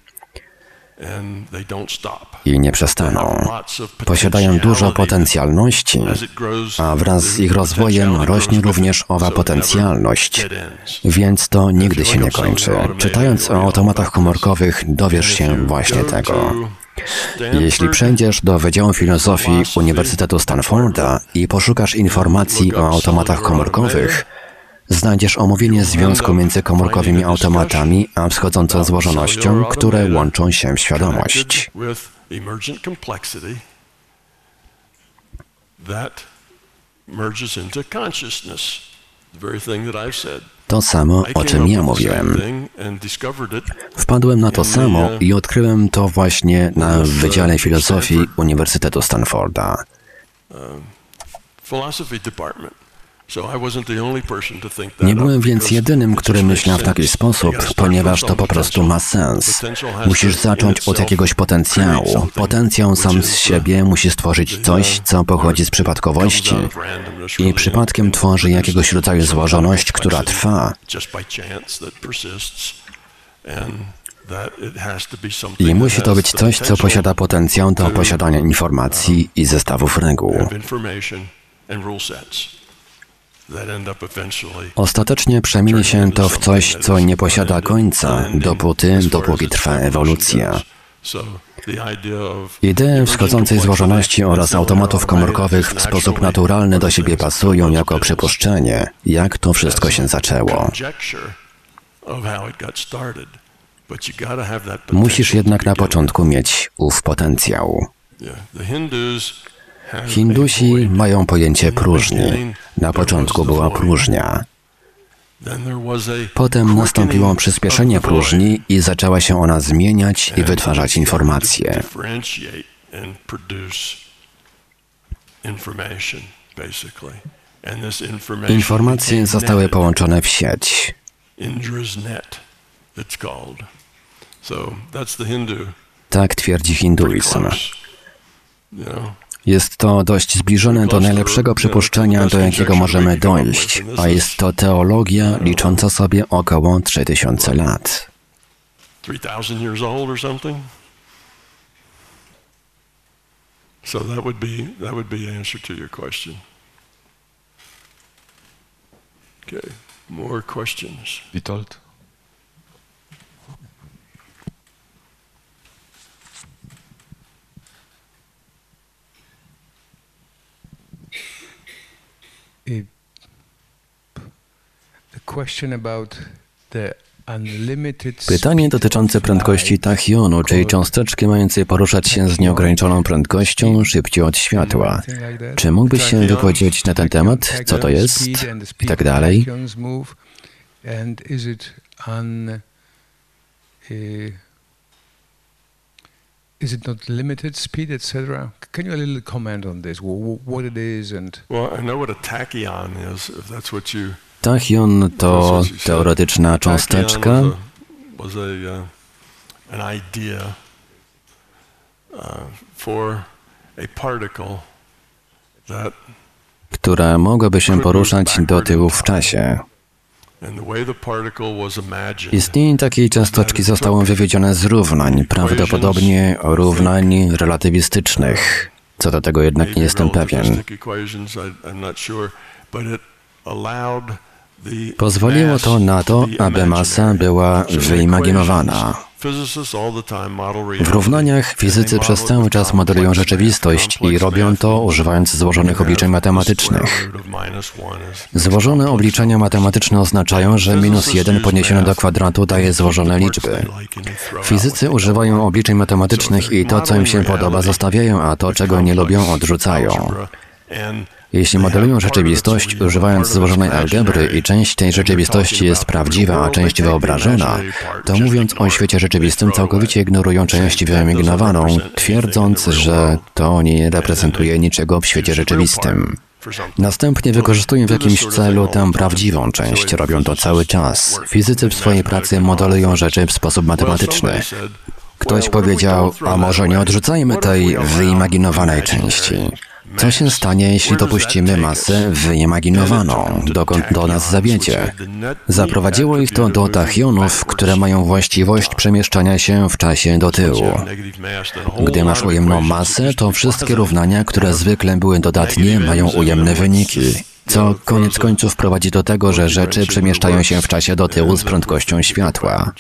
I nie przestaną. Posiadają dużo potencjalności, a wraz z ich rozwojem rośnie również owa potencjalność, więc to nigdy się nie kończy. Czytając o automatach komórkowych, dowiesz się właśnie tego. Jeśli przejdziesz do Wydziału Filozofii Uniwersytetu Stanforda i poszukasz informacji o automatach komórkowych, znajdziesz omówienie związku między komórkowymi automatami a wschodzącą złożonością, które łączą się w świadomość. To samo, o czym ja mówiłem. Wpadłem na to samo i odkryłem to właśnie na Wydziale Filozofii Uniwersytetu Stanforda. Nie byłem więc jedynym, który myślał w taki sposób, ponieważ to po prostu ma sens. Musisz zacząć od jakiegoś potencjału. Potencjał sam z siebie musi stworzyć coś, co pochodzi z przypadkowości i przypadkiem tworzy jakiegoś rodzaju złożoność, która trwa. I musi to być coś, co posiada potencjał do posiadania informacji i zestawów reguł. Ostatecznie przemieni się to w coś, co nie posiada końca, dopóki trwa ewolucja. Idee wschodzącej złożoności oraz automatów komórkowych w sposób naturalny do siebie pasują jako przypuszczenie, jak to wszystko się zaczęło. Musisz jednak na początku mieć ów potencjał. Hindusi mają pojęcie próżni. Na początku była próżnia. Potem nastąpiło przyspieszenie próżni i zaczęła się ona zmieniać i wytwarzać informacje. Informacje zostały połączone w sieć. Tak twierdzi hinduizm. Jest to dość zbliżone do najlepszego przypuszczenia, do jakiego możemy dojść, a jest to teologia licząca sobie około 3000 lat.
3,000 years old or something? So that would be the answer to your question. Okay, more questions.
Witold?
The question about the
Pytanie dotyczące prędkości tachionu, czyli cząsteczki mającej poruszać się z nieograniczoną prędkością szybciej od światła. Czy mógłbyś się wypowiedzieć na ten temat? Co to jest? I tak dalej.
Is it not limited speed, etc.? Can you a little comment on this? What it is and...
Well, I know what a tachyon is, if that's what you...
Tachion to teoretyczna cząsteczka,
an idea for a particle that
która mogłaby się poruszać do tyłu w czasie. Istnienie takiej cząsteczki zostało wywiedzione z równań, prawdopodobnie równań relatywistycznych. Co do tego jednak nie jestem pewien. Pozwoliło to na to, aby masa była wyimaginowana. W równaniach fizycy przez cały czas modelują rzeczywistość i robią to używając złożonych obliczeń matematycznych. Złożone obliczenia matematyczne oznaczają, że -1 podniesione do kwadratu daje złożone liczby. Fizycy używają obliczeń matematycznych i to, co im się podoba, zostawiają, a to, czego nie lubią, odrzucają. Jeśli modelują rzeczywistość używając złożonej algebry i część tej rzeczywistości jest prawdziwa, a część wyobrażona, to mówiąc o świecie rzeczywistym całkowicie ignorują część wyimaginowaną, twierdząc, że to nie reprezentuje niczego w świecie rzeczywistym. Następnie wykorzystują w jakimś celu tę prawdziwą część, robią to cały czas. Fizycy w swojej pracy modelują rzeczy w sposób matematyczny. Ktoś powiedział, a może nie odrzucajmy tej wyimaginowanej części. Co się stanie, jeśli dopuścimy masę wyimaginowaną, dokąd do nas zawiedzie? Zaprowadziło ich to do tachionów, które mają właściwość przemieszczania się w czasie do tyłu. Gdy masz ujemną masę, to wszystkie równania, które zwykle były dodatnie, mają ujemne wyniki, co koniec końców prowadzi do tego, że rzeczy przemieszczają się w czasie do tyłu z prędkością światła.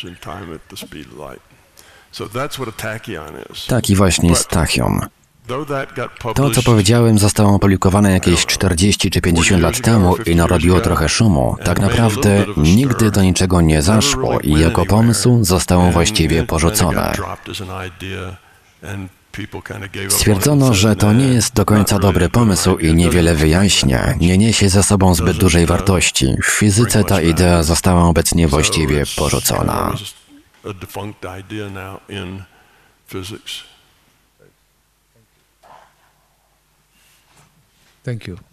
Taki właśnie jest tachion. To, co powiedziałem, zostało opublikowane jakieś 40 czy 50 lat temu i narobiło trochę szumu. Tak naprawdę nigdy do niczego nie zaszło i jako pomysł zostało właściwie porzucone. Stwierdzono, że to nie jest do końca dobry pomysł i niewiele wyjaśnia, nie niesie ze sobą zbyt dużej wartości. W fizyce ta idea została obecnie właściwie porzucona.
Thank you.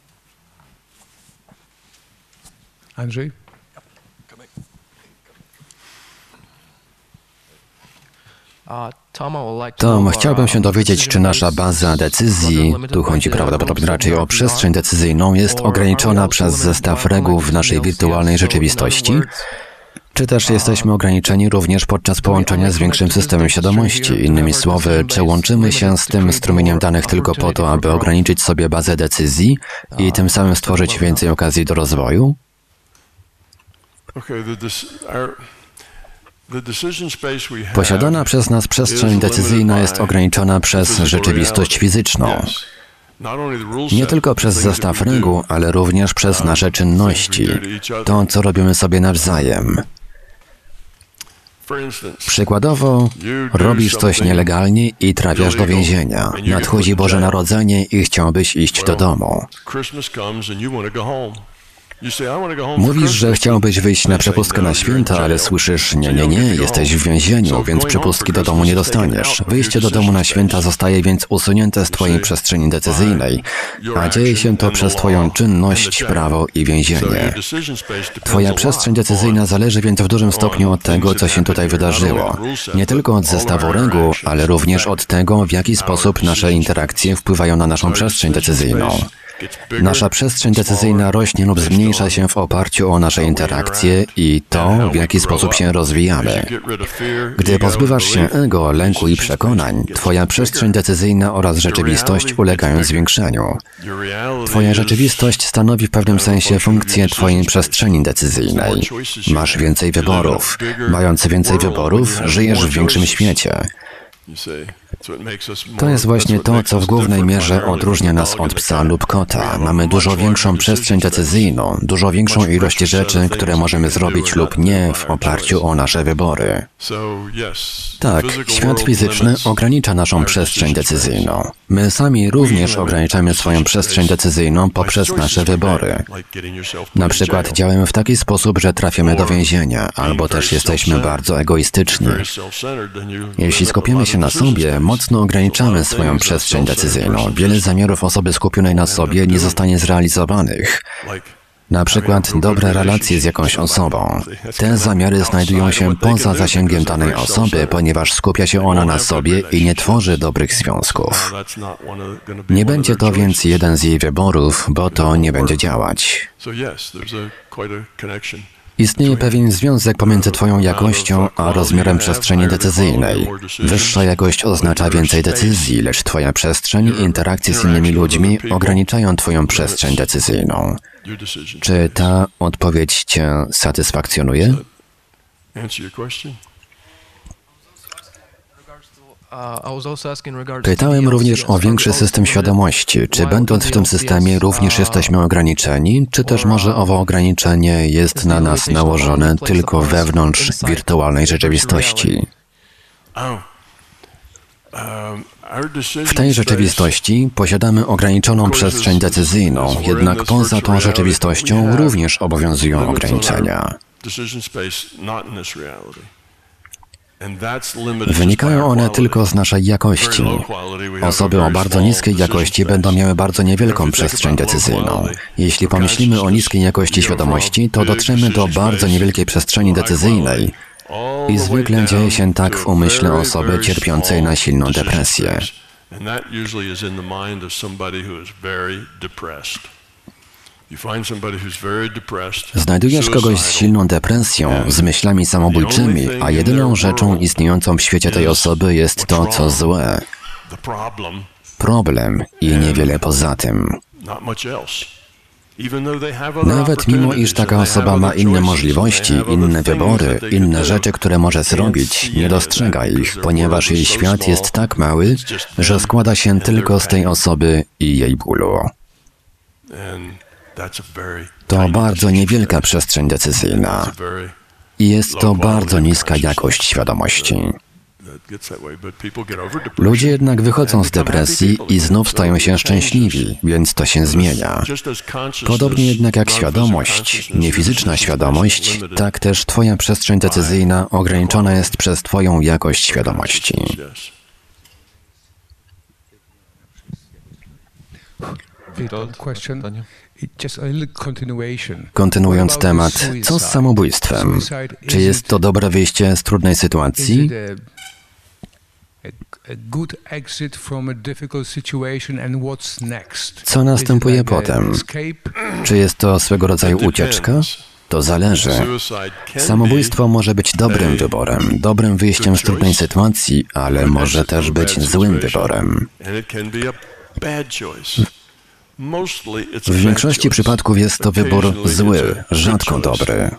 Andrzej?
Tom, chciałbym się dowiedzieć, czy nasza baza decyzji, tu chodzi prawdopodobnie raczej o przestrzeń decyzyjną, jest ograniczona przez zestaw reguł w naszej wirtualnej rzeczywistości? Czy też jesteśmy ograniczeni również podczas połączenia z większym systemem świadomości? Innymi słowy, czy łączymy się z tym strumieniem danych tylko po to, aby ograniczyć sobie bazę decyzji i tym samym stworzyć więcej okazji do rozwoju? Posiadana przez nas przestrzeń decyzyjna jest ograniczona przez rzeczywistość fizyczną. Nie tylko przez zestaw reguł, ale również przez nasze czynności, to, co robimy sobie nawzajem. Przykładowo, robisz coś nielegalnie i trafiasz do więzienia. Nadchodzi Boże Narodzenie i chciałbyś iść do domu. Mówisz, że chciałbyś wyjść na przepustkę na święta, ale słyszysz, nie, jesteś w więzieniu, więc przepustki do domu nie dostaniesz. Wyjście do domu na święta zostaje więc usunięte z twojej przestrzeni decyzyjnej, a dzieje się to przez twoją czynność, prawo i więzienie. Twoja przestrzeń decyzyjna zależy więc w dużym stopniu od tego, co się tutaj wydarzyło. Nie tylko od zestawu reguł, ale również od tego, w jaki sposób nasze interakcje wpływają na naszą przestrzeń decyzyjną. Nasza przestrzeń decyzyjna rośnie lub zmniejsza się w oparciu o nasze interakcje i to, w jaki sposób się rozwijamy. Gdy pozbywasz się ego, lęku i przekonań, twoja przestrzeń decyzyjna oraz rzeczywistość ulegają zwiększeniu. Twoja rzeczywistość stanowi w pewnym sensie funkcję twojej przestrzeni decyzyjnej. Masz więcej wyborów. Mając więcej wyborów, żyjesz w większym świecie. To jest właśnie to, co w głównej mierze odróżnia nas od psa lub kota. Mamy dużo większą przestrzeń decyzyjną, dużo większą ilość rzeczy, które możemy zrobić lub nie w oparciu o nasze wybory. Tak, świat fizyczny ogranicza naszą przestrzeń decyzyjną. My sami również ograniczamy swoją przestrzeń decyzyjną poprzez nasze wybory. Na przykład działamy w taki sposób, że trafiamy do więzienia, albo też jesteśmy bardzo egoistyczni. Jeśli skupiamy się na sobie, mocno ograniczamy swoją przestrzeń decyzyjną. Wiele zamiarów osoby skupionej na sobie nie zostanie zrealizowanych. Na przykład dobre relacje z jakąś osobą. Te zamiary znajdują się poza zasięgiem danej osoby, ponieważ skupia się ona na sobie i nie tworzy dobrych związków. Nie będzie to więc jeden z jej wyborów, bo to nie będzie działać. Istnieje pewien związek pomiędzy twoją jakością a rozmiarem przestrzeni decyzyjnej. Wyższa jakość oznacza więcej decyzji, lecz twoja przestrzeń i interakcje z innymi ludźmi ograniczają twoją przestrzeń decyzyjną. Czy ta odpowiedź cię satysfakcjonuje? Pytałem również o większy system świadomości. Czy będąc w tym systemie również jesteśmy ograniczeni, czy też może owo ograniczenie jest na nas nałożone tylko wewnątrz wirtualnej rzeczywistości? W tej rzeczywistości posiadamy ograniczoną przestrzeń decyzyjną, jednak poza tą rzeczywistością również obowiązują ograniczenia. Wynikają one tylko z naszej jakości. Osoby o bardzo niskiej jakości będą miały bardzo niewielką przestrzeń decyzyjną. Jeśli pomyślimy o niskiej jakości świadomości, to dotrzemy do bardzo niewielkiej przestrzeni decyzyjnej. I zwykle dzieje się tak w umyśle osoby cierpiącej na silną depresję. Znajdujesz kogoś z silną depresją, z myślami samobójczymi, a jedyną rzeczą istniejącą w świecie tej osoby jest to, co złe. Problem i niewiele poza tym. Nawet mimo, iż taka osoba ma inne możliwości, inne wybory, inne rzeczy, które może zrobić, nie dostrzega ich, ponieważ jej świat jest tak mały, że składa się tylko z tej osoby i jej bólu. To bardzo niewielka przestrzeń decyzyjna i jest to bardzo niska jakość świadomości. Ludzie jednak wychodzą z depresji i znów stają się szczęśliwi, więc to się zmienia. Podobnie jednak jak świadomość, niefizyczna świadomość, tak też twoja przestrzeń decyzyjna ograniczona jest przez twoją jakość świadomości. Kontynuując temat, co z samobójstwem? Czy jest to dobre wyjście z trudnej sytuacji? Co następuje potem? Czy jest to swego rodzaju ucieczka? To zależy. Samobójstwo może być dobrym wyborem, dobrym wyjściem z trudnej sytuacji, ale może też być złym wyborem. W większości przypadków jest to wybór zły, rzadko dobry.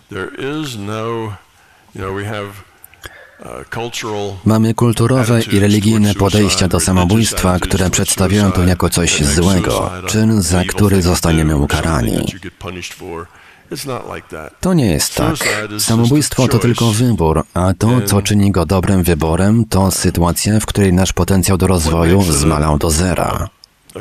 Mamy kulturowe i religijne podejścia do samobójstwa, które przedstawiają to jako coś złego, czyn, za który zostaniemy ukarani. To nie jest tak. Samobójstwo to tylko wybór, a to, co czyni go dobrym wyborem, to sytuacja, w której nasz potencjał do rozwoju zmalał do zera.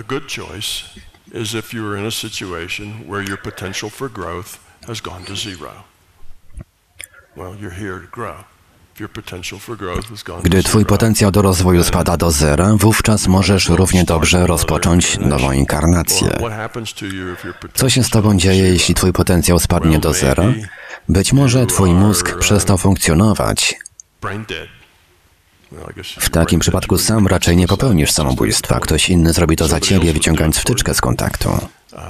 Gdy twój potencjał do rozwoju spada do zera, wówczas możesz równie dobrze rozpocząć nową inkarnację. Co się z tobą dzieje, jeśli twój potencjał spadnie do zera? Być może twój mózg przestał funkcjonować. W takim przypadku sam raczej nie popełnisz samobójstwa. Ktoś inny zrobi to za ciebie, wyciągając wtyczkę z kontaktu.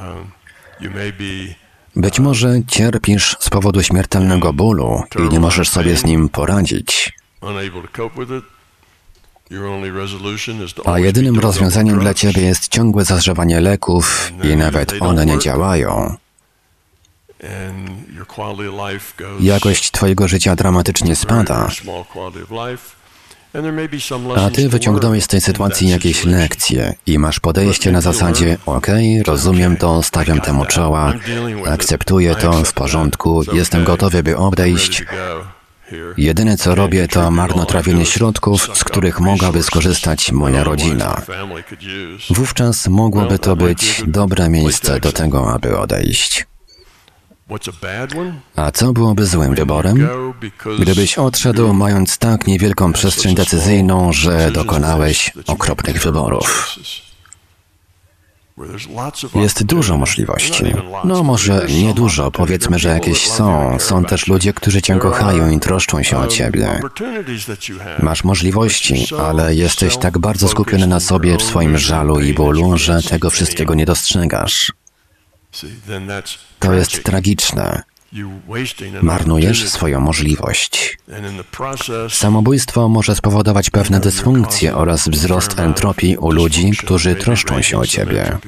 Być może cierpisz z powodu śmiertelnego bólu i nie możesz sobie z nim poradzić. A jedynym rozwiązaniem dla ciebie jest ciągłe zażywanie leków i nawet one nie działają. Jakość twojego życia dramatycznie spada. A ty wyciągnąłeś z tej sytuacji jakieś lekcje i masz podejście na zasadzie okej, rozumiem to, stawiam temu czoła, akceptuję to, w porządku, jestem gotowy, by odejść. Jedyne co robię, to marnotrawienie środków, z których mogłaby skorzystać moja rodzina. Wówczas mogłoby to być dobre miejsce do tego, aby odejść. A co byłoby złym wyborem? Gdybyś odszedł, mając tak niewielką przestrzeń decyzyjną, że dokonałeś okropnych wyborów. Jest dużo możliwości. No może nie dużo, powiedzmy, że jakieś są. Są też ludzie, którzy cię kochają i troszczą się o ciebie. Masz możliwości, ale jesteś tak bardzo skupiony na sobie, w swoim żalu i bólu, że tego wszystkiego nie dostrzegasz. To jest tragiczne. Marnujesz swoją możliwość. Samobójstwo może spowodować pewne dysfunkcje oraz wzrost entropii u ludzi, którzy troszczą się o ciebie.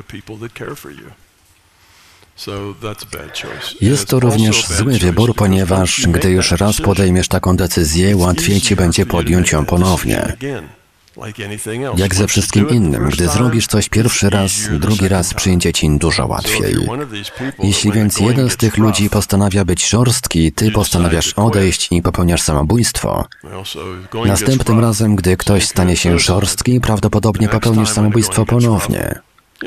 Jest to również zły wybór, ponieważ gdy już raz podejmiesz taką decyzję, łatwiej ci będzie podjąć ją ponownie. Jak ze wszystkim innym, gdy zrobisz coś pierwszy raz, drugi raz przyjdzie ci dużo łatwiej. Jeśli więc jeden z tych ludzi postanawia być żorstki, ty postanawiasz odejść i popełniasz samobójstwo, następnym razem, gdy ktoś stanie się żorstki, prawdopodobnie popełnisz samobójstwo ponownie.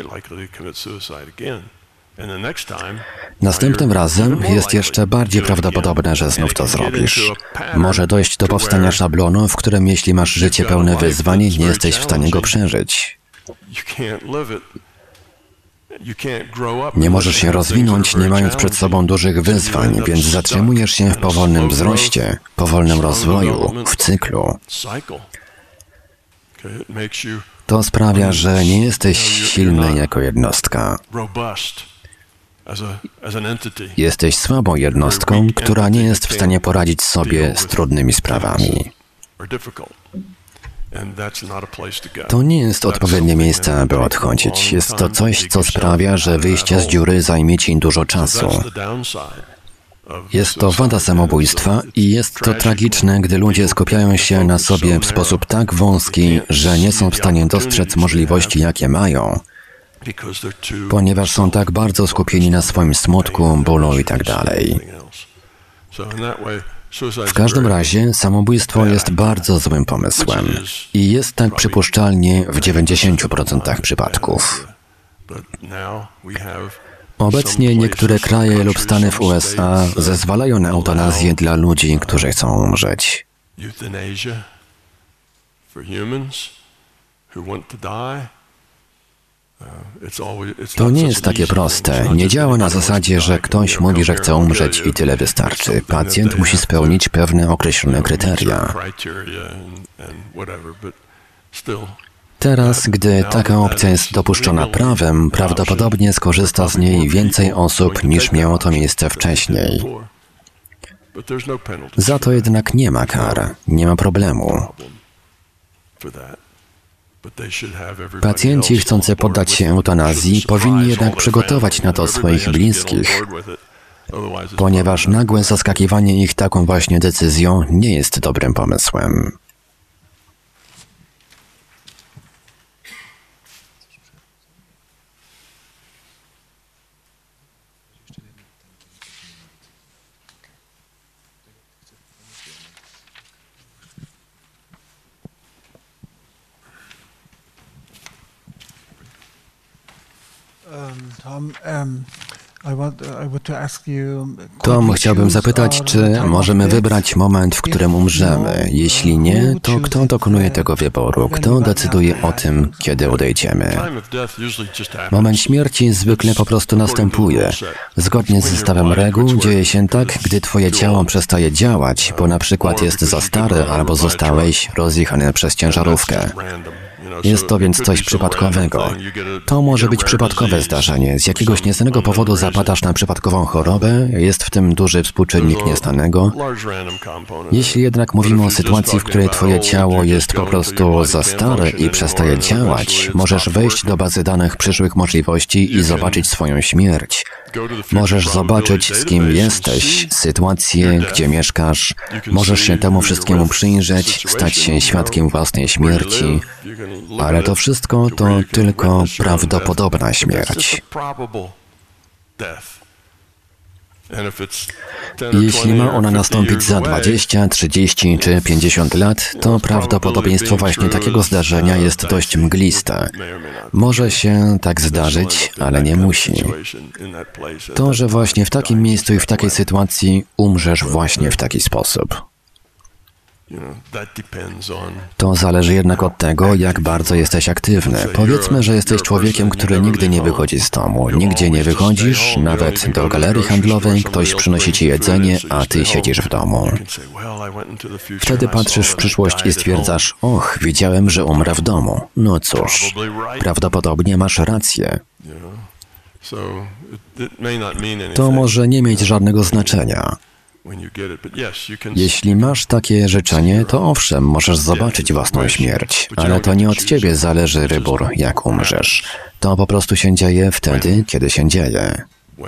Następnym razem jest jeszcze bardziej prawdopodobne, że znów to zrobisz. Może dojść do powstania szablonu, w którym jeśli masz życie pełne wyzwań, nie jesteś w stanie go przeżyć. Nie możesz się rozwinąć, nie mając przed sobą dużych wyzwań, więc zatrzymujesz się w powolnym wzroście, powolnym rozwoju, w cyklu. To sprawia, że nie jesteś silny jako jednostka. Jesteś słabą jednostką, która nie jest w stanie poradzić sobie z trudnymi sprawami. To nie jest odpowiednie miejsce, aby odchodzić. Jest to coś, co sprawia, że wyjście z dziury zajmie ci dużo czasu. Jest to wada samobójstwa i jest to tragiczne, gdy ludzie skupiają się na sobie w sposób tak wąski, że nie są w stanie dostrzec możliwości, jakie mają, ponieważ są tak bardzo skupieni na swoim smutku, bólu i tak dalej. W każdym razie samobójstwo jest bardzo złym pomysłem i jest tak przypuszczalnie w 90% przypadków. Obecnie niektóre kraje lub stany w USA zezwalają na eutanazję dla ludzi, którzy chcą umrzeć. To nie jest takie proste. Nie działa na zasadzie, że ktoś mówi, że chce umrzeć i tyle wystarczy. Pacjent musi spełnić pewne określone kryteria. Teraz, gdy taka opcja jest dopuszczona prawem, prawdopodobnie skorzysta z niej więcej osób niż miało to miejsce wcześniej. Za to jednak nie ma kar, nie ma problemu. Pacjenci chcący poddać się eutanazji powinni jednak przygotować na to swoich bliskich, ponieważ nagłe zaskakiwanie ich taką właśnie decyzją nie jest dobrym pomysłem. Tom, chciałbym zapytać, czy możemy wybrać moment, w którym umrzemy? Jeśli nie, to kto dokonuje tego wyboru? Kto decyduje o tym, kiedy odejdziemy? Moment śmierci zwykle po prostu następuje. Zgodnie z zestawem reguł dzieje się tak, gdy twoje ciało przestaje działać, bo na przykład jest za stare albo zostałeś rozjechany przez ciężarówkę. Jest to więc coś przypadkowego. To może być przypadkowe zdarzenie. Z jakiegoś nieznanego powodu zapadasz na przypadkową chorobę, jest w tym duży współczynnik nieznanego. Jeśli jednak mówimy o sytuacji, w której twoje ciało jest po prostu za stare i przestaje działać, możesz wejść do bazy danych przyszłych możliwości i zobaczyć swoją śmierć. Możesz zobaczyć, z kim jesteś, sytuację, gdzie mieszkasz. Możesz się temu wszystkiemu przyjrzeć, stać się świadkiem własnej śmierci. Ale to wszystko to tylko prawdopodobna śmierć. Jeśli ma ona nastąpić za 20, 30 czy 50 lat, to prawdopodobieństwo właśnie takiego zdarzenia jest dość mgliste. Może się tak zdarzyć, ale nie musi. To, że właśnie w takim miejscu i w takiej sytuacji umrzesz właśnie w taki sposób. To zależy jednak od tego, jak bardzo jesteś aktywny. Powiedzmy, że jesteś człowiekiem, który nigdy nie wychodzi z domu. Nigdzie nie wychodzisz, nawet do galerii handlowej ktoś przynosi ci jedzenie, a ty siedzisz w domu. Wtedy patrzysz w przyszłość i stwierdzasz, och, widziałem, że umrę w domu. No cóż, prawdopodobnie masz rację. To może nie mieć żadnego znaczenia. Jeśli masz takie życzenie, to owszem, możesz zobaczyć własną śmierć, ale to nie od ciebie zależy wybór, jak umrzesz. To po prostu się dzieje wtedy, kiedy się dzieje.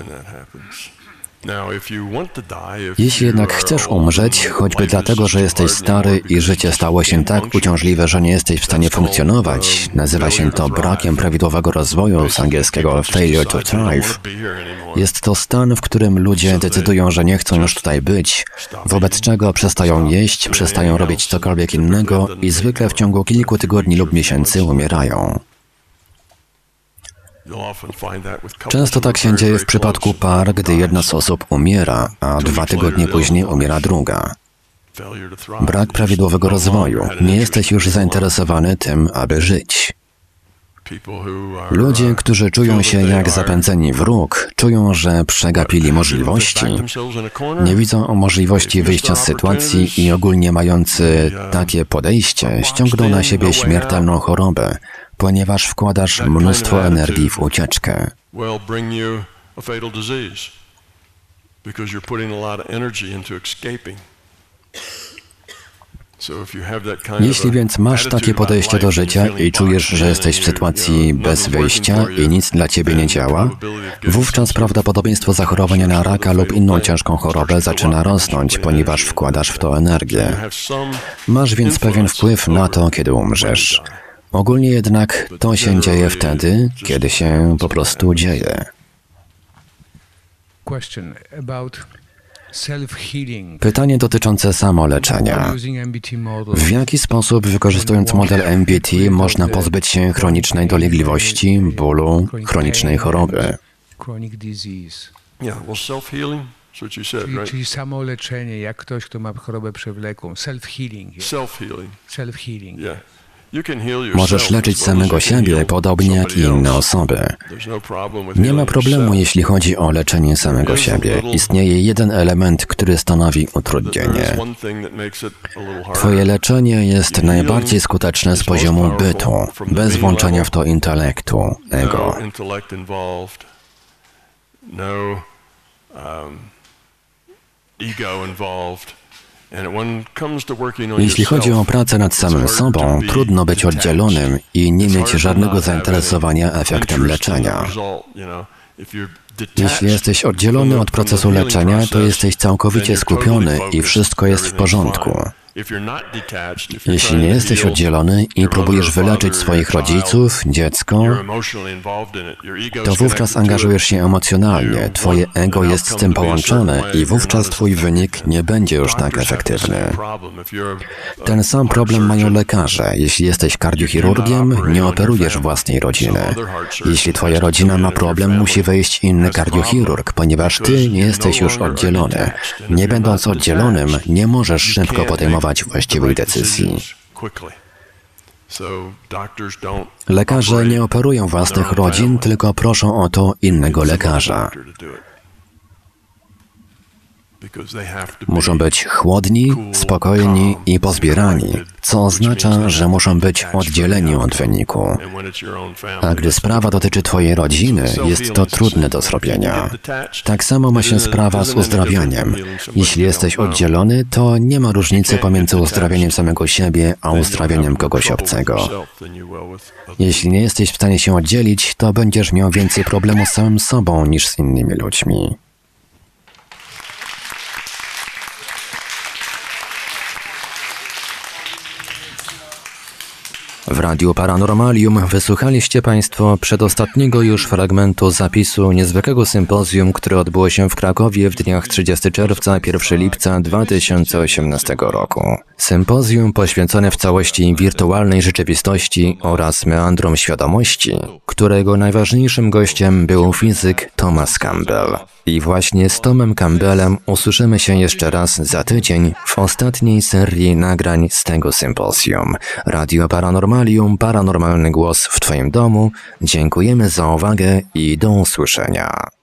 Jeśli jednak chcesz umrzeć, choćby dlatego, że jesteś stary i życie stało się tak uciążliwe, że nie jesteś w stanie funkcjonować, nazywa się to brakiem prawidłowego rozwoju, z angielskiego failure to thrive. Jest to stan, w którym ludzie decydują, że nie chcą już tutaj być, wobec czego przestają jeść, przestają robić cokolwiek innego i zwykle w ciągu kilku tygodni lub miesięcy umierają. Często tak się dzieje w przypadku par, gdy jedna z osób umiera, a 2 tygodnie później umiera druga. Brak prawidłowego rozwoju. Nie jesteś już zainteresowany tym, aby żyć. Ludzie, którzy czują się jak zapędzeni wróg, czują, że przegapili możliwości, nie widzą możliwości wyjścia z sytuacji i ogólnie mający takie podejście ściągną na siebie śmiertelną chorobę, ponieważ wkładasz mnóstwo energii w ucieczkę. Jeśli więc masz takie podejście do życia i czujesz, że jesteś w sytuacji bez wyjścia i nic dla ciebie nie działa, wówczas prawdopodobieństwo zachorowania na raka lub inną ciężką chorobę zaczyna rosnąć, ponieważ wkładasz w to energię. Masz więc pewien wpływ na to, kiedy umrzesz. Ogólnie jednak to się dzieje wtedy, kiedy się po prostu dzieje. Pytanie dotyczące samoleczenia. W jaki sposób, wykorzystując model MBT, można pozbyć się chronicznej dolegliwości, bólu, chronicznej choroby?
Czyli samoleczenie, jak ktoś, kto ma chorobę przewlekłą. Self-healing.
Self-healing.
Self-healing.
Yeah.
Możesz leczyć samego siebie podobnie jak i inne osoby. Nie ma problemu, jeśli chodzi o leczenie samego siebie. Istnieje jeden element, który stanowi utrudnienie. Twoje leczenie jest najbardziej skuteczne z poziomu bytu, bez włączania w to intelektu, ego. Jeśli chodzi o pracę nad samym sobą, trudno być oddzielonym i nie mieć żadnego zainteresowania efektem leczenia. Jeśli jesteś oddzielony od procesu leczenia, to jesteś całkowicie skupiony i wszystko jest w porządku. Jeśli nie jesteś oddzielony i próbujesz wyleczyć swoich rodziców, dziecko, to wówczas angażujesz się emocjonalnie, twoje ego jest z tym połączone i wówczas twój wynik nie będzie już tak efektywny. Ten sam problem mają lekarze. Jeśli jesteś kardiochirurgiem, nie operujesz własnej rodziny. Jeśli twoja rodzina ma problem, musi wejść inny kardiochirurg, ponieważ ty nie jesteś już oddzielony. Nie będąc oddzielonym, nie możesz szybko podejmować właściwych decyzji. Lekarze nie operują własnych rodzin, tylko proszą o to innego lekarza. Muszą być chłodni, spokojni i pozbierani, co oznacza, że muszą być oddzieleni od wyniku. A gdy sprawa dotyczy twojej rodziny, jest to trudne do zrobienia. Tak samo ma się sprawa z uzdrawianiem. Jeśli jesteś oddzielony, to nie ma różnicy pomiędzy uzdrawianiem samego siebie, a uzdrawianiem kogoś obcego. Jeśli nie jesteś w stanie się oddzielić, to będziesz miał więcej problemu z samym sobą niż z innymi ludźmi. W Radiu Paranormalium wysłuchaliście Państwo przedostatniego już fragmentu zapisu niezwykłego sympozjum, które odbyło się w Krakowie w dniach 30 czerwca, 1 lipca 2018 roku. Sympozjum poświęcone w całości wirtualnej rzeczywistości oraz meandrom świadomości, którego najważniejszym gościem był fizyk Thomas Campbell. I właśnie z Tomem Campbellem usłyszymy się jeszcze raz za tydzień w ostatniej serii nagrań z tego sympozjum. Radio Paranormalium, paranormalny głos w Twoim domu. Dziękujemy za uwagę i do usłyszenia.